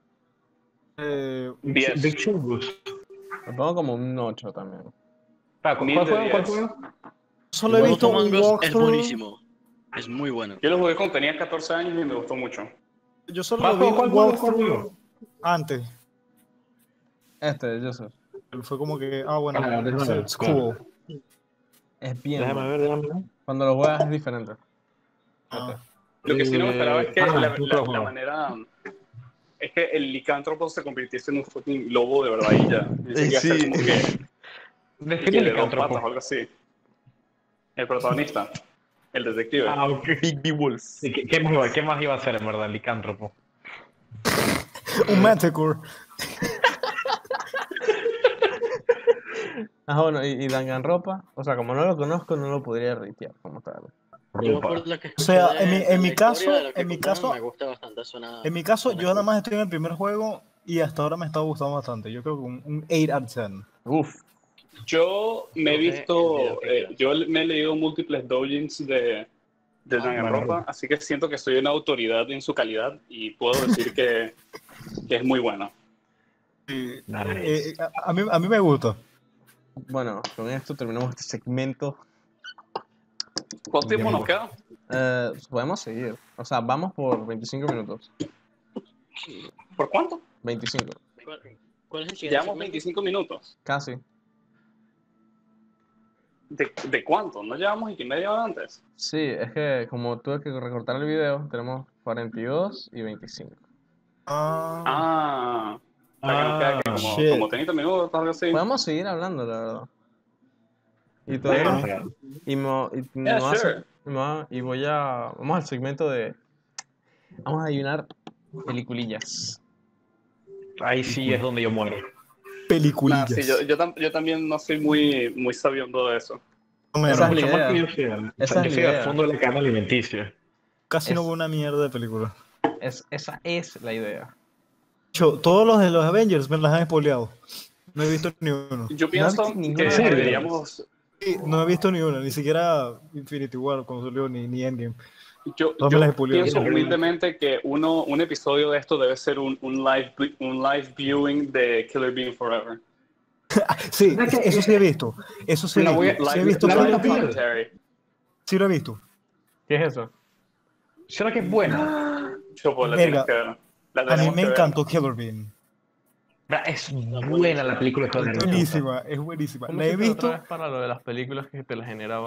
Diez. Big Chungus. Lo pongo como un 8 también. ¿Cuál 1000 de juego? ¿Cuál 10. juego? Solo he Wolf visto Among un Us es walkthrough. buenísimo. Es muy bueno. Yo lo jugué cuando tenía 14 años y me gustó mucho. Yo solo ¿Cuál vi juego? ¿Cuál un juego? ¿Cuál walkthrough juego? antes. Joseph. Fue como que, bueno, Ah, déjame ver, it's claro. cool. Es bien. Déjame bueno. ver, déjame ver. Cuando lo juegas es diferente. Ah. Lo que sí no me esperaba es que nunca lo la juego. manera... Es que el licántropo se convirtiese en un fucking lobo de verdad y ya. Dice que iba a ser Sí. como Define que el de dos patas o licántropo. algo así. El protagonista, el detective. Ah, ok. Big B Wolf. Sí, ¿qué más iba a hacer, en verdad, el licántropo? Un Manticore. Ah, bueno, y Danganronpa, o sea, como no lo conozco, no lo podría ratear como tal. Yo por lo que O sea, escuché en mi la historia, caso- de lo que en mi contaron, caso- me gusta bastante, suena... En mi caso, suena yo cool. nada más estoy en el primer juego y hasta ahora me está gustando bastante. Yo creo que un 8 out of 10. Uf, Yo me he No sé el visto, video que quieras. yo me he leído múltiples doujins de Danganronpa, así que siento que soy una autoridad en su calidad y puedo decir que es muy buena. Nice. A mí me gusta. bueno, con esto terminamos este segmento. ¿Cuánto tiempo nos queda? Podemos seguir. O sea, vamos por 25 minutos. ¿Por cuánto? 25, ¿Cuál es el siguiente Llevamos segmento? 25 minutos. casi. ¿De cuánto? ¿No llevamos y media hora antes? Sí, es que como tuve que recortar el video, tenemos 42 y 25. Ah, o sea, que nos queda que shit. como 30 minutos, algo así. Podemos seguir hablando, la verdad. Y Bueno, todavía. Y voy a. Vamos al segmento de. Vamos a adivinar peliculillas. ahí sí es donde yo muero. Peliculillas. Sí, yo también no soy muy sabiendo de eso. No, Esa es Mucho la más que idea. yo sea. Esa Yo es soy la al idea. fondo de la cadena alimenticia. Casi no es- veo una mierda de película. Esa es la idea. Todos los de los Avengers me las han spoileado. No he visto ni uno. Yo pienso viste ninguna que de las deberíamos... Sí, no he visto ni una, ni siquiera Infinity War cuando salió, ni Endgame. Yo Todas me las spoilearon. pienso humildemente que un episodio de esto debe ser un live viewing de Killer Bean Forever. Sí, eso sí he visto. Eso sí he La voy a- visto. Sí he Live, visto la Killer voy a Bean. pillar. commentary. Sí lo he visto. ¿Qué es eso? ¿Será que es buena? Chopo, la Verga. tienes que ver. La A mí tenemos me que ver. encantó Killer Bean. Es buena la película esta de Es Netflix. buenísima, es buenísima. ¿Cómo La he hiciste otra visto. vez para lo de las películas que te las generaba?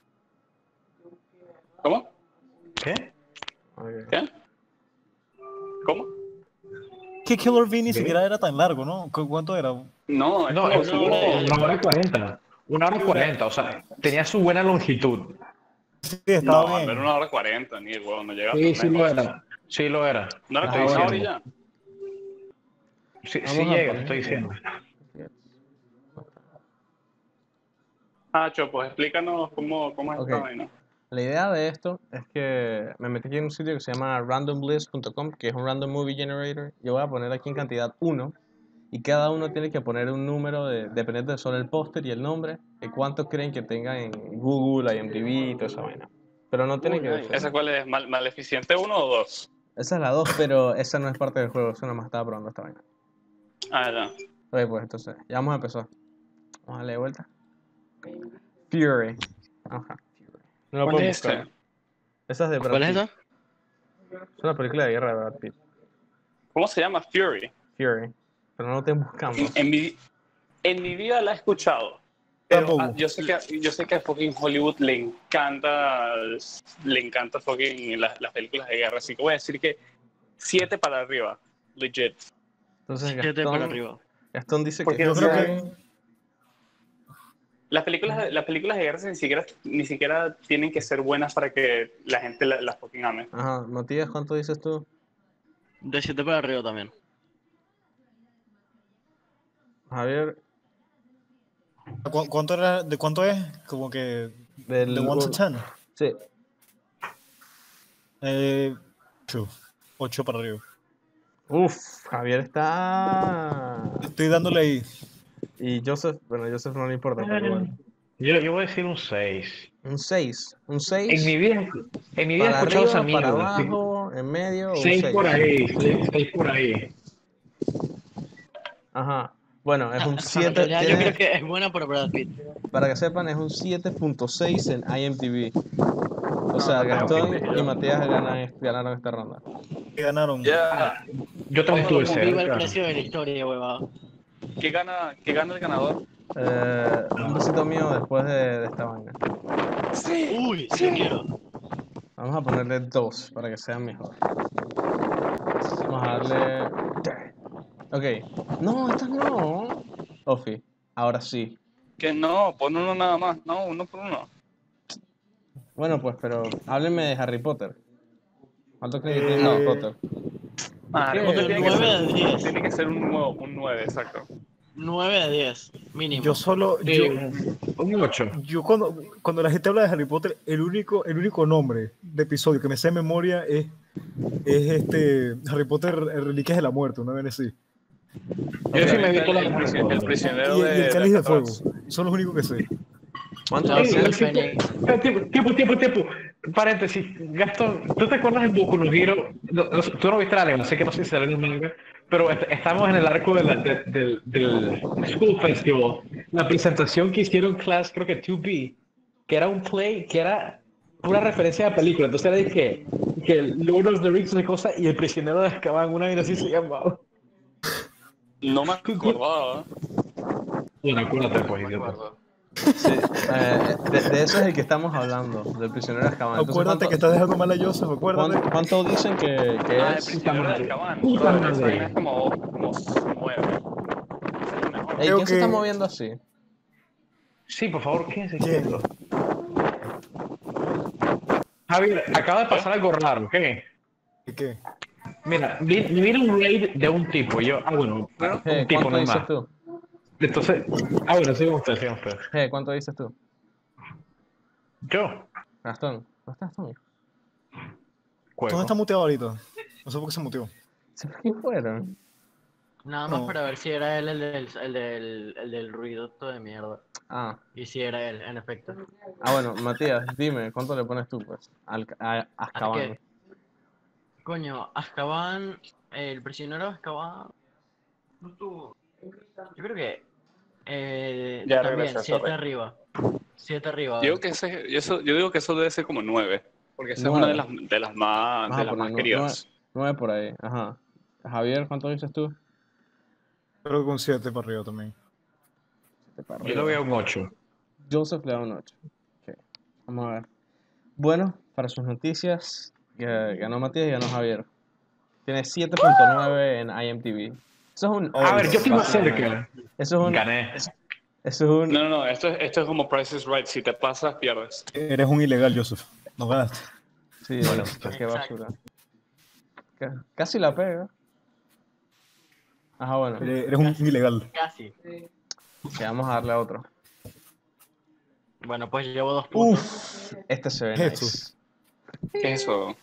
¿Cómo? ¿Qué? Ok. ¿Qué? ¿Cómo? Que Killer Bean ni siquiera era tan largo, ¿no? ¿Cuánto era? No, es No, como es como- una hora y 40. Una hora y 40, o sea, tenía su buena longitud. Sí, estaba No, bien. no era 1 hora 40, ni huevo, no llegaba Sí, a sí lo era. Sí lo era. No era Te como estoy una hora y diciendo. ya. Sí, Vamos sí a llega, te poner- estoy diciendo. Ah, Chopo, explícanos cómo es Ok. esta vaina. La idea de esto es que me metí aquí en un sitio que se llama randombliss.com, que es un random movie generator. Yo voy a poner aquí en cantidad 1 y cada uno tiene que poner un número dependiendo de solo el póster y el nombre, de cuántos creen que tenga en Google, IMDb y toda esa vaina. Pero no tiene que nice. decir. ¿Esa cuál es? ¿Maleficiente 1 o 2? Esa es la 2, pero esa no es parte del juego, eso nada más estaba probando esta vaina. Ah, ya. Ok, pues entonces, ya vamos a empezar. Vamos a darle de vuelta. Fury. Ajá, Fury. No lo ¿Cuál puedo es buscar. este? Esa es de Brad ¿Cuál es Pitt. esa? Es una película de guerra de Brad Pitt. ¿Cómo se llama? Fury. Fury. Pero no lo estoy buscando. En mi vida la he escuchado. Pero Tampoco. yo sé que a fucking Hollywood le encanta fucking las películas de guerra. Así que voy a decir que 7 para arriba. Legit. Entonces 7 para Gastón, arriba. Gastón dice Porque que Yo creo Fury. que las películas de guerra ni siquiera tienen que ser buenas para que la gente las fucking ame. Ajá, Matías, ¿cuánto dices tú? De 7 para arriba también. Javier, ¿cuánto era, de cuánto es? Como que del de 1 to 10. Sí. 8 para arriba. Uf, Javier está. Estoy dándole ahí. Y Joseph, bueno, Joseph no le importa, pero igual. Yo voy a decir un 6. Un 6. Un En 6. mi vida, en mi vida he Para escuchado esa arriba, para mierda. abajo, en medio o un 6 6. por ahí, 6 por ahí. Ajá. Bueno, es un En 7. realidad yo creo que es buena para Brad Pitt. Para que sepan, es un 7.6 en IMDb. O sea, no, Gastón ok. y Matías ganaron esta ronda. Ganaron. Ya. Yo también estuve Viva el cerca. precio de la historia, huevado. ¿Qué gana el ganador? Un besito mío después de esta vaina. Uy, sí quiero. Vamos a ponerle 2 para que sea mejor. Vamos a darle. Ok. No, estas no. Ofi, ahora sí. Que no, pon uno nada más. No, uno por uno. Bueno, pues, pero háblenme de Harry Potter. ¿Cuánto creen que tiene Harry Potter? Harry ¿Qué? Potter tiene que 9 ser- de 10. Tiene que ser un 9, exacto. 9 de 10, mínimo. Yo solo. Un 8. Yo cuando la gente habla de Harry Potter, el único nombre de episodio que me sé de memoria es Harry Potter Reliquias de la Muerte, una vez así. Yo sí me vi toda El la prisionero Y de el Cáliz de Azkaban. Fuego. Son los únicos que sé. ¿Cuánto No, dice? sí, Fénix. Tiempo. Paréntesis. Gastón, ¿tú te acuerdas de Boku no Hero? Tú no viste el anime, sé que no sé si será en el manga, pero estamos en el arco del School Festival. La presentación que hicieron Class, creo que 2B, que era un play, que era una referencia a la película. Entonces era de que el Lord of the Rings y cosa, y el prisionero de Azkaban, una vez así se llamaba. No me acordaba. Bueno, acuérdate, pues, No me idiota. acuerdo. Sí, de eso es el que estamos hablando, del prisionero de Azkaban. Entonces, Acuérdate que estás dejando mal a Joseph, acuérdate. ¿cuánto dicen que El es? prisionero de Azkaban. Puta Esa madre. vaina es como 9. Esa es la mejor. Ey, Creo ¿quién se está que- moviendo así? Sí, por favor, quédense ¿Quién? quietos. Javier, acaba de pasar algo raro, ¿qué? ¿Qué? Mira, vi un raid de un tipo, y yo, bueno, un tipo ¿Cuánto no dices más. tú? Entonces, bueno, sigan ustedes. ¿Cuánto dices tú? Yo, Gastón, ¿no estás tú? juego. ¿Dónde está muteado ahorita? No sé por qué se muteó. ¿Quién fueron? Nada más No. para ver si era él el del ruido todo de mierda. Ah, Y si era él, en efecto. bueno, Matías, dime, ¿cuánto le pones tú, pues? A Azkaban. qué? Coño, Azkaban, el prisionero de Azkaban. Yo creo que. Ya También, regresé, 7 sorry. arriba. 7 arriba. Yo digo que eso debe ser como 9. Porque esa es 9. una de las más, Vamos a poner queridas. 9 por ahí, ajá. Javier, ¿cuánto dices tú? Creo que con 7 para arriba también. Yo le voy a un 8. Joseph le da un 8. Ok, vamos a ver. Bueno, para sus noticias, ganó Matías y ganó Javier. Tiene 7.9 en IMDb. Eso es un. A ver, yo estoy más básicamente. cerca. Eso es un. Gané. Eso es un. No, esto es como Price is Right. Si te pasas, pierdes. Eres un ilegal, Joseph. No ganaste. Sí, Bueno, qué basura. Casi la pega. Ajá, bueno. Eres un ilegal. Casi. Que vamos a darle a otro. Bueno, pues llevo 2 puntos. Uf, este se ve Eso. nice. ¿Qué es eso?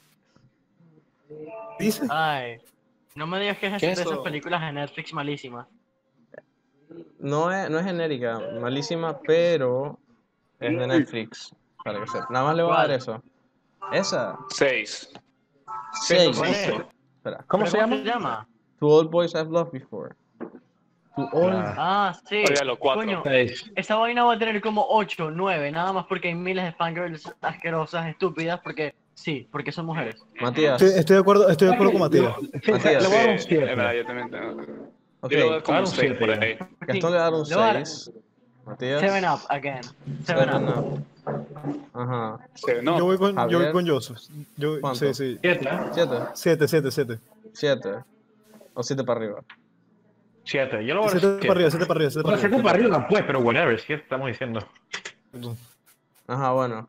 Dice. Ay, no me digas que es ¿Qué de es esas eso? películas de Netflix malísimas. No es genérica, malísima, pero es de Netflix. Para que sepa. Nada más le voy a dar ¿Cuál? eso. Esa. 6. 6. ¿Cuál es? Espera. ¿Cómo ¿Pero se llama? se llama? To All Boys I've Loved Before. To All. Claro. Ah, sí. Óigalo, 4. Coño, 6. esa vaina va a tener como 8, 9, nada más porque hay miles de fangirls asquerosas, estúpidas, porque sí, porque son mujeres. Matías. Estoy de acuerdo con Matías. Matías. Le voy a dar un Es verdad, 7. yo también tengo. Ok. Yo le voy a dar como Claro, un 6 un por siete, ahí. Gastón le va a dar un Le voy a dar 6. Matías. 7 up again. 7 Seven up. up. Ajá. Sí, no. Yo voy Javier. con Joseph. ¿Cuánto? Sí. 7. 7. 7. 7. O 7 para arriba. 7. Yo lo voy a 7 dar para arriba, 7 para arriba, 7 O sea, para 7 arriba. para arriba, pues, pero whatever, sí estamos diciendo. Ajá, bueno.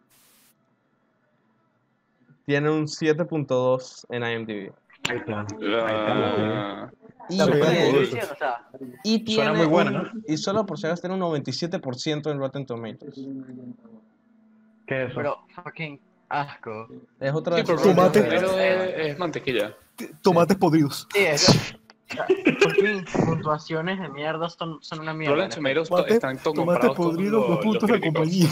Tiene un 7.2 en IMDb. Ahí está. Ah, Y Está bien, tiene, cool. Sí, o sea, y tiene Suena muy buena, ¿no? y solo por si acaso tiene un 97% en Rotten Tomatoes. ¿Qué es eso? pero fucking asco. Es otra sí, de pero sus Tomate. películas pero de- es mantequilla. Tomates podridos. Sí, es. Fucking puntuaciones de mierda son una mierda. Rotten Tomatoes Tomate, están tomates comprados con podridos, 2 los puntos de críticos. compañía.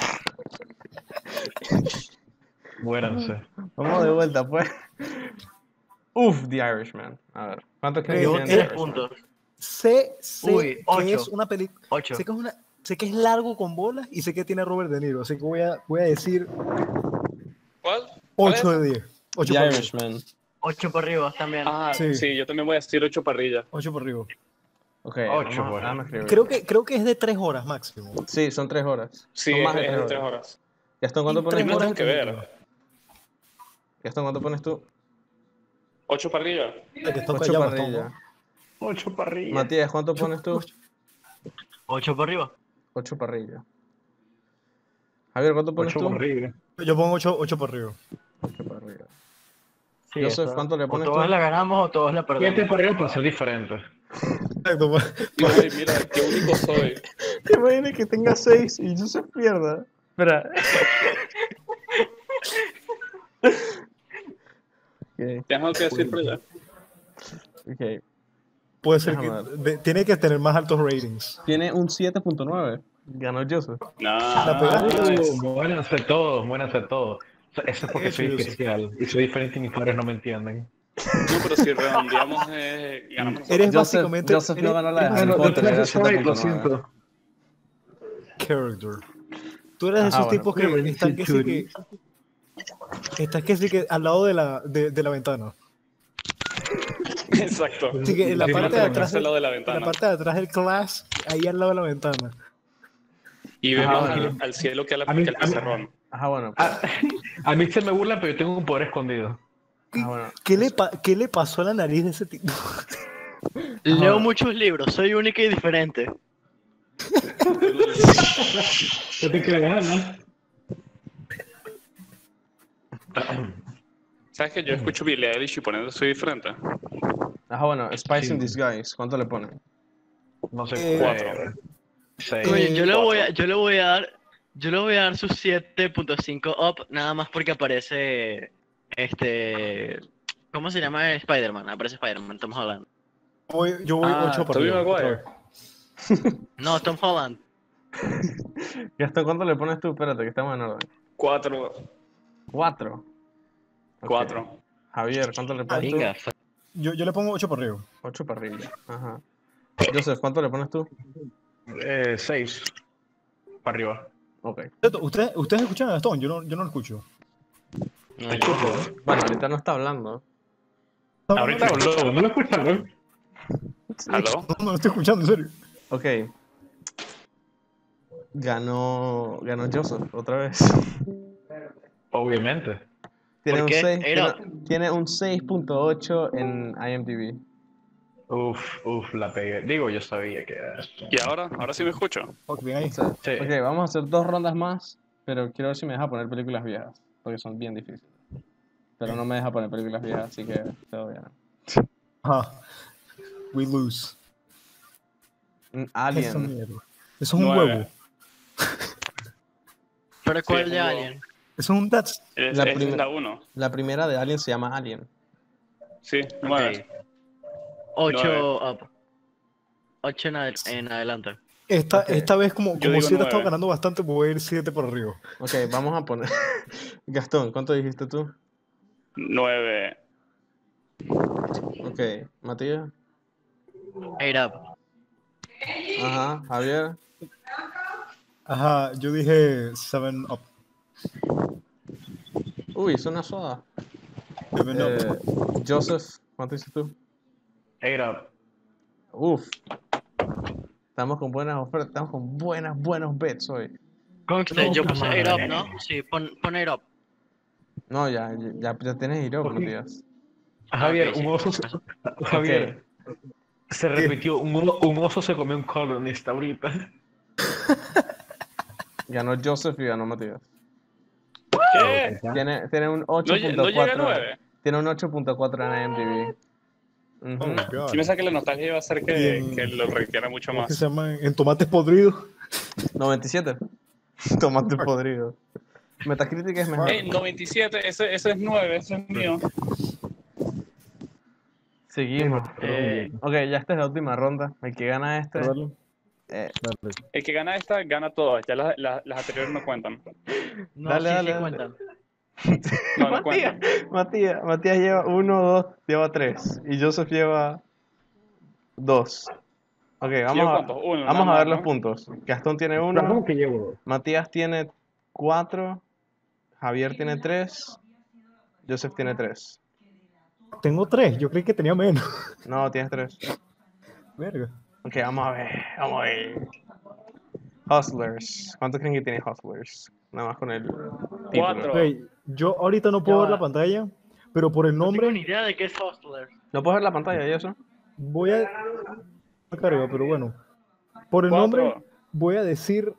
Muéranse. Vamos de vuelta, pues. Uf, The Irishman. A ver, ¿cuántos creen que Yo- tienen The 3 Irishman? puntos. Sé Uy, que 8. es una película. 8. Sé que es largo con bolas y sé que tiene a Robert De Niro. Así que voy a decir ¿Cuál? ¿Cuál 8 es? de 10. 8 The por arriba. Irishman. 8 por arriba también. Ah, Sí. sí. Yo también voy a decir 8 parrillas. 8 por arriba. Ok, 8, vamos, bueno. déjame escribir. Creo que es de 3 horas máximo. Sí, son 3 horas. Sí, son es más de de 3 3 horas. horas. Gastón, ¿cuánto Y pones tres No tú? tengo que ver. película. Gastón, ¿cuánto pones tú? 8 parrillas. La que está 8 callado, parrillas. Gastón, 8 parrillas. Matías, ¿cuánto ¿no? pones tú? 8 por arriba. 8 parrillas. Javier, ¿cuánto pones 8 tú? parrillas. Yo pongo 8 por arriba. 8 parrillas. Sí, Joseph, eso. ¿cuánto le pones o tú? todos la ganamos o todos la 7 perdemos. parrillas para ser diferentes. Exacto, pues. Ay, mira, qué único soy. ¿Te imaginas que tenga 6 y Joseph pierda? Espera. Ok, Tengo que decir por allá. ok. Puede ser Déjame que. Tiene que tener más altos ratings. Tiene un 7.9. Ganó Joseph. La pegaste. Nice. Muéranse todos, muéranse todos. Eso es porque soy Eso, especial y soy diferente y mis padres no me entienden. No, pero si redondeamos, ganamos nosotros. Eres básicamente. Joseph no ganó la de eres Harry Potter, era lo 7.9. siento. character. Tú eres de Ajá, esos bueno. tipos que están que sí que. Estás que sí que al lado de la ventana. Exacto. Así que en la Sí, parte no de te atrás. al lado de la En ventana. la parte de atrás del class, ahí al lado de la ventana. Y vemos Ajá, al cielo que, A mí- que el pizarrón. Ajá, bueno. A mí se me burla, pero yo tengo un poder escondido. Bueno. ¿Qué le pasó a la nariz de ese tipo? Leo muchos libros, soy única y diferente. ¿Qué te creas, no? ¿Sabes que yo escucho Billie Eilish y poniendo soy diferente? Ajá, bueno. Spice Sí. in Disguise. ¿Cuánto le ponen? No sé. 4. 6. Oye, yo le cuatro. voy a dar su 7.5 up, nada más porque aparece ¿cómo se llama Spider-Man? Aparece Spider-Man, Tom Holland. Yo voy Ah, 8 por Tobey arriba. Maguire. No, Tom Holland. ¿Y hasta cuánto le pones tú? Espérate, que estamos en orden. 4. 4. 4. Javier, ¿cuánto le pones tú? Venga, Yo le pongo 8 por arriba. 8 para arriba. Ajá. Joseph, ¿cuánto le pones tú? 6. Para arriba. Ok. ¿Ustedes escuchan a Gastón? Yo no lo escucho. no, Bueno, ahorita no está hablando. Ahorita habló, ¿no lo escuchas, no? ¿Aló? No lo estoy escuchando, en serio. Ok. Ganó Joseph otra vez. Obviamente. Tiene ¿Por un qué? 6, Era- tiene un 6.8 en IMDb. Uf, la pegué. Digo, yo sabía que era esto. ¿Y ahora? ¿Ahora sí me escucho? Ok, bien ahí. O sea, Sí. Ok, vamos a hacer 2 rondas más, pero quiero ver si me deja poner películas viejas, porque son bien difíciles. Pero no me deja poner películas viejas, así que todavía no. Ajá. We lose. Un Esa Alien. mierda. Eso es un 9. huevo. ¿Pero cuál Sí, de no. Alien? Eso es un That's. La Es primer- la 1. La primera de Alien se llama Alien. Sí, 9. 8 up. 8 en adelante. Esta vez, como Yo digo 7 ha estado 9. ganando bastante, voy a ir 7 por arriba. Ok, vamos a poner. Gastón, ¿cuánto dijiste tú? 9. Ok, Matías. 8 up. Ajá, Javier. Ajá, yo dije 7 up. Uy, es una soda. 7 up. Joseph, ¿cuánto dices tú? 8 up. Uf. Estamos con buenas ofertas, estamos con buenos bets hoy. Conste, yo Puta puse madre. 8 up, ¿no? Sí, pon 8 up. No, ya tienes Hero, Matías. Javier, ok, sí. un oso se... Javier, se repitió. Un oso se comió un colonista ahorita. Ganó Joseph y ganó Matías. ¿Qué? Tiene un ¿No, no llega a 9? Tiene un 8.4 en IMDb. Oh Ujú. my God. Sí me sabe que la nostalgia iba a hacer Bien. que lo requiera mucho ¿Cómo es que más. se llama? En tomates podridos. 97. Tomate podrido. Metacritic es mejor. 97, ese es 9, ese es mío. Seguimos. Eh, Ok, ya esta es la última ronda. El que gana este. Dale, eh, dale. El que gana esta, gana todas. Ya las anteriores no cuentan. no, Dale, sí, dale, sí dale. cuentan. No, no Matías, cuentan. Matías lleva 1, 2, lleva 3. Y Joseph lleva 2. Ok, ¿Llevo cuántos? Uno, vamos nada a ver más, los ¿no? puntos. Gastón tiene Pero 1, ¿cómo que llevo? Matías tiene 4, Javier tiene 3, Joseph tiene 3. Tengo 3, yo creí que tenía menos. No, tienes 3. Verga. Ok, vamos a ver. Hustlers. ¿Cuánto creen que tiene Hustlers? Nada más con el título. 4. Ok, yo ahorita no puedo Ya ver la va. pantalla, pero por el No tengo ni nombre idea de qué es Hostler. ¿No puedes ver la pantalla y eso? voy a... No carga, pero bueno. Por el 4. nombre voy a decir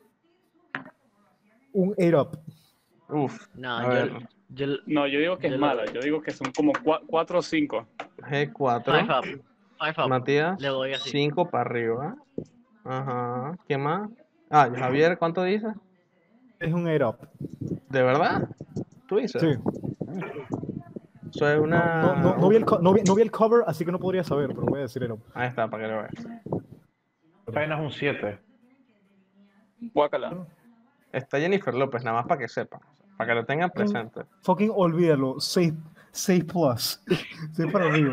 un 8 up. Uf. No, A ver. No, yo digo que es Yo mala. Yo digo que son como 4 o 5. G4. 5 up. 5 up. Matías, Le doy así. 5 para arriba. Ajá. ¿Qué más? Ah, Javier, ¿cuánto dices? Es un 8 up. ¿De verdad? ¿Tú dices? Sí. Eso es una... No vi el cover, así que no podría saber, pero voy a decir 8 up. Ahí está, para que lo veas. Apenas un 7. Guácala. Está Jennifer López, nada más para que sepan. Para que lo tengan presente. Fucking olvídalo. 6 plus. 6 para arriba.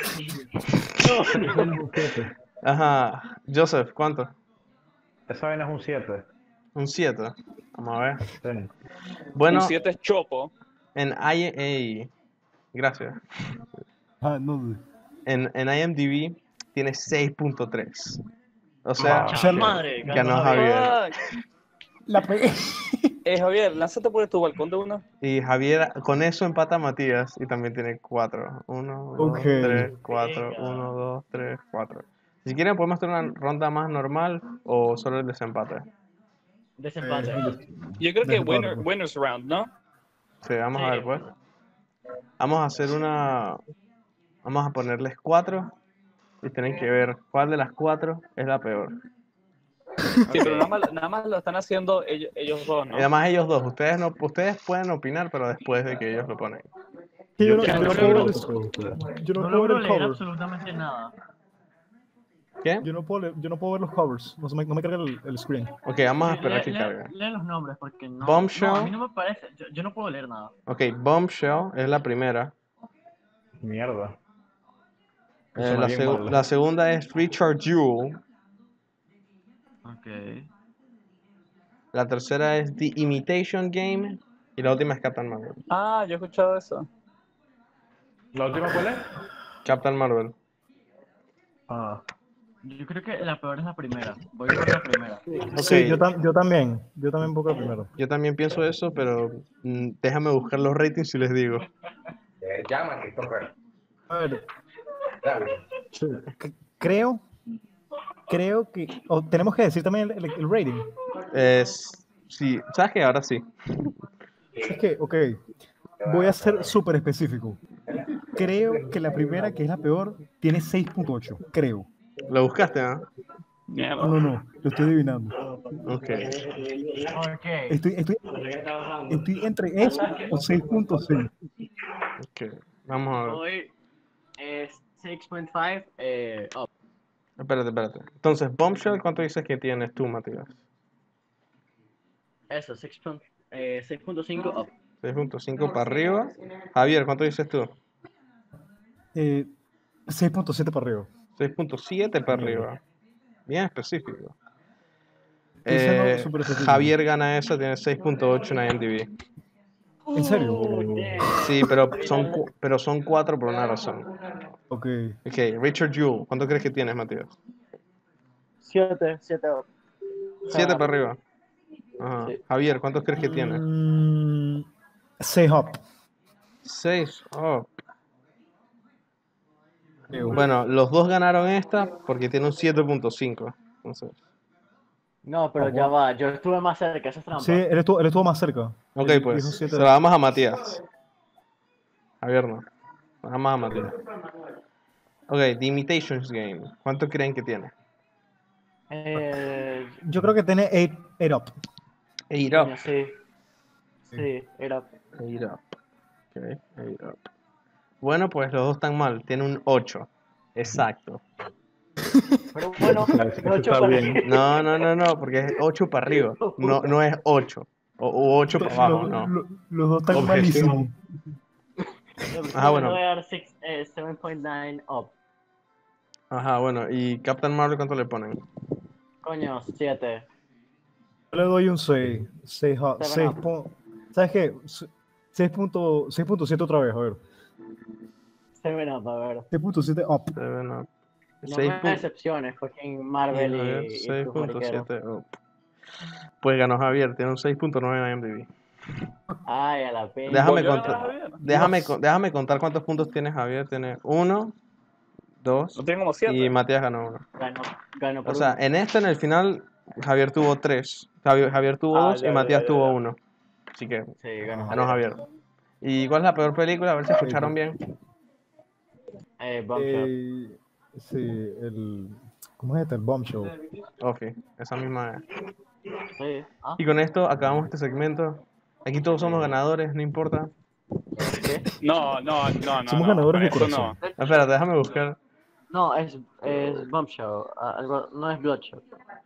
Ajá. Joseph, ¿cuánto? Esa vaina es un 7. Un 7. Vamos a ver. Sí. Bueno, Un 7 es chopo. en IA... Gracias. Ah, no. En IMDb tiene 6.3. O sea, Ah, sea, Madre, ganó Javier. La pegué. Javier, lánzate por tu balcón de una. Y Javier con eso empata a Matías y también tiene 4. 1, 2, Ok. 3, 4. 1, 2, 3, 4. Si quieren podemos hacer una ronda más normal o solo el desempate. Desempate. Yo creo que Desempate. winners round, ¿no? Sí, vamos a Sí. ver pues. Vamos a hacer una... Vamos a ponerles 4 y tienen que ver cuál de las 4 es la peor. Sí, pero nada más lo están haciendo ellos dos, Y ¿no? además ellos dos, ustedes pueden opinar, pero después de que ellos lo ponen. Que yo no, Ya, yo no no puedo logro- ver, yo no No puedo ver logro el leer cover. absolutamente nada. ¿Qué? Yo no puedo ver los covers. No me carga el screen. Ok, vamos a esperar que cargue. Lee los nombres porque no. Bombshell. No, a mí no me parece. Yo no puedo leer nada. Ok, Bombshell es la primera. Mierda. La segunda es Richard Jewell. Ok. La tercera es The Imitation Game. Y la última es Captain Marvel. Ah, yo he escuchado eso. ¿La última cuál es? Captain Marvel. Ah. Yo creo que la peor es la primera. Voy por la primera. Ok, Sí, yo también. Yo también pongo el primero. yo también pienso eso, pero déjame buscar los ratings y les digo. A ver. Sí. Creo que... tenemos que decir también el rating. Sí, ¿sabes qué? Ahora sí. Es que, ok, voy a ser súper específico. Creo que la primera, que es la peor, tiene 6.8. Creo. ¿Lo buscaste, ah? Mierda. No, lo estoy adivinando. Ok. Ok. Estoy entre eso o 6.6. Ok. Vamos a ver. Hoy es 6.5 up. Espérate. Entonces, Bombshell, ¿cuánto dices que tienes tú, Matías? Eso, 6.5 up. 6.5 para arriba. Javier, ¿cuánto dices tú? 6.7 para arriba. 6.7 para Mierda. arriba. Bien específico. Estoy siendo súper específico. Javier gana esa, tiene 6.8 en IMDb. ¿En serio? Sí, pero son 4 por una razón. Ok. Ok, Richard Jewell, ¿cuánto crees que tienes, Matías? 7 up. 7 para arriba. Ajá. Sí. Javier, ¿cuántos crees que tienes? 6 up. 6. Oh. Creo. Bueno, los dos ganaron esta porque tiene un 7.5. Entonces. No, pero ya va, yo estuve más cerca, eso es trampa. Sí, él estuvo más cerca. Ok, Él pues dijo se 7. la damos a Matías. Javier no. Nada más a Matías. Ok, The Imitations Game. ¿Cuánto creen que tiene? Yo creo que tiene 8 up. 8 up. Coño, sí. Sí, era. 8 up. Ok, 8 up. Bueno, pues los dos están mal. Tiene un 8. Exacto. Pero bueno, Eso 8 está para bien. No, porque es 8 para arriba. No es 8. O 8 para abajo, no. Los dos están Objeción. malísimos. Ajá, bueno. Le voy a dar 7.9 up. Ajá, bueno. ¿Y Captain Marvel cuánto le ponen? Coño, 7. Yo le doy un 6. 6 up. Seven ¿Sabes qué? 6.7 otra vez, a ver. 7 up, a ver. 6.7 up. 7 up. No 6 me decepciones, fucking Marvel y tus mariqueros. 6.7 up. Pues ganó Javier, tiene un 6.9 en IMDb. Ay, a la pena. Déjame Volvió a contar, ganar Javier. déjame contar cuántos puntos tiene Javier. Tiene 1, 2 No tiene como y 7. Matías ganó 1. Ganó O por sea, uno. en el final, Javier tuvo 3. Javier tuvo 2 y Matías tuvo 1. Así que Sí, ganó ganó Javier. ¿Y cuál es la peor película? A ver si escucharon bien. Bombshell. Sí, ¿cómo es este? El Bombshell. Ofi, esa misma es. Sí. Ah, Y con esto acabamos este segmento. Aquí todos somos ganadores, no importa. ¿qué? No. Somos ganadores de Eso corazón. no. Espérate, déjame buscar. No, es Bombshell. Algo, no es Bloodshot.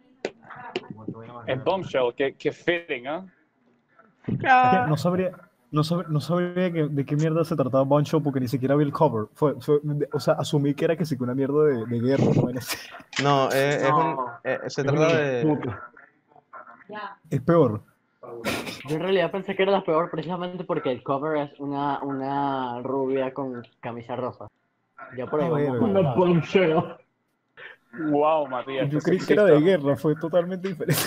Es Bombshell, que fitting, ¿ah? Es que no sabría de qué mierda se trataba Bombshell porque ni siquiera vi el cover. O sea, asumí que era que sí que una mierda de guerra. No, No. se trata de... Puta. Es peor. Yo en realidad pensé que era la peor precisamente porque el cover es una rubia con camisa rosa. Ya por ahí A vamos ver, mal. Una bombshell. Wow, Matías, Yo qué creí que era de sexista. guerra, fue totalmente diferente.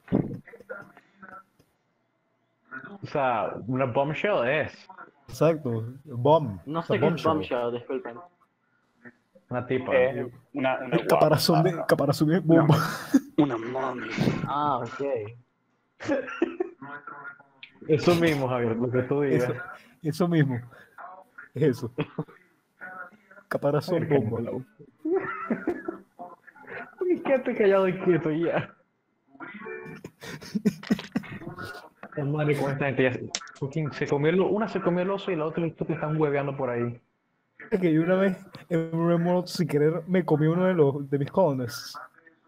O sea, una bombshell es Exacto, bomb. No O sea, sé qué es bombshell. Bombshell, disculpen. una tipa. Es una El caparazón de bomba. Una mommy. Ah, ok. Eso mismo, Javier, lo que tú digas. Eso mismo. Es eso. Caparazón bomba. Quédate callado y quieto ya. La madre con esta gente ya una se comió el oso y la otra que están hueveando por ahí. Es que yo una vez en un remote sin querer me comí uno de mis cones.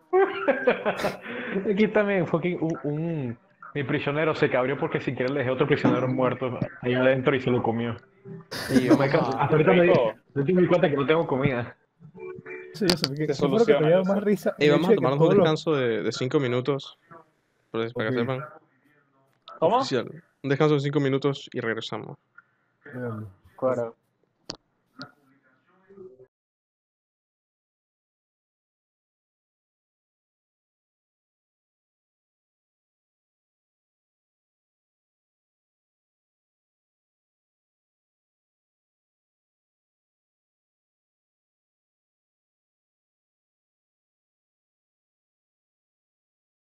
Aquí también fucking mi prisionero se cabrió porque sin querer le dejé otro prisionero muerto ahí adentro y se lo comió. Y vamos hasta a... ahorita Rico. me di cuenta que no tengo comida. Sí, yo sé, Se ¿qué fue lo que me soluciona dio eso. más risa? Y El vamos hecho a de que tomarnos un todos los... descanso de 5 minutos. Para que Ok. sepan. ¿Cómo? Oficial. Un descanso de 5 minutos y regresamos. Dale. Claro.